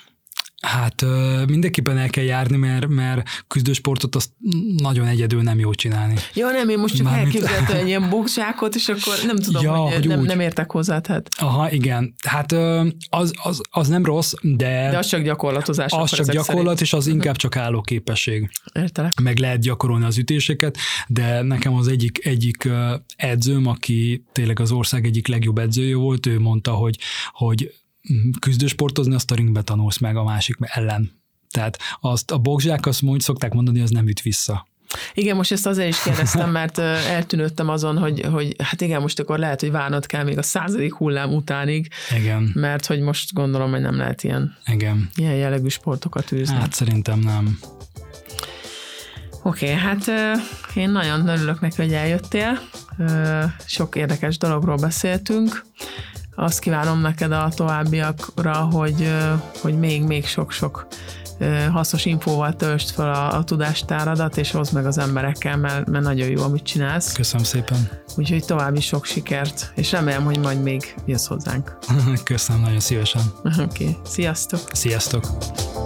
[SPEAKER 2] Hát mindenképpen el kell járni, mert, mert küzdősportot azt nagyon egyedül nem jó csinálni.
[SPEAKER 1] Ja, nem, én most csak elképzeltem egy ilyen boxzsákot, és akkor nem tudom, ja, hogy, hogy nem, nem értek hozzá. Tehát.
[SPEAKER 2] Aha, igen. Hát az, az, az nem rossz, de...
[SPEAKER 1] De az csak gyakorlatozás.
[SPEAKER 2] Az csak gyakorlat, szerint. És az inkább csak állóképesség.
[SPEAKER 1] Értelek.
[SPEAKER 2] Meg lehet gyakorolni az ütéseket, de nekem az egyik, egyik edzőm, aki tényleg az ország egyik legjobb edzője volt, ő mondta, hogy, hogy küzdősportozni, azt a ringbe tanulsz meg a másik ellen. Tehát azt a boxzsák, azt úgy szokták mondani, hogy az nem üt vissza.
[SPEAKER 1] Igen, most ezt azért is kérdeztem, mert eltűnődtem azon, hogy, hogy hát igen, most akkor lehet, hogy várnod kell még a századik hullám utánig, igen. Mert hogy most gondolom, hogy nem lehet ilyen, igen. ilyen jellegű sportokat űzni.
[SPEAKER 2] Hát szerintem nem.
[SPEAKER 1] Oké, okay, hát én nagyon örülök neki, hogy eljöttél. Sok érdekes dologról beszéltünk. Azt kívánom neked a továbbiakra, hogy, hogy még, még sok-sok hasznos infóval töltsd fel a, a tudástáradat, és hozd meg az emberekkel, mert, mert nagyon jó, amit csinálsz.
[SPEAKER 2] Köszönöm szépen.
[SPEAKER 1] Úgyhogy további sok sikert, és remélem, hogy majd még jössz hozzánk.
[SPEAKER 2] Köszönöm, nagyon szívesen.
[SPEAKER 1] Oké, okay. Sziasztok!
[SPEAKER 2] Sziasztok!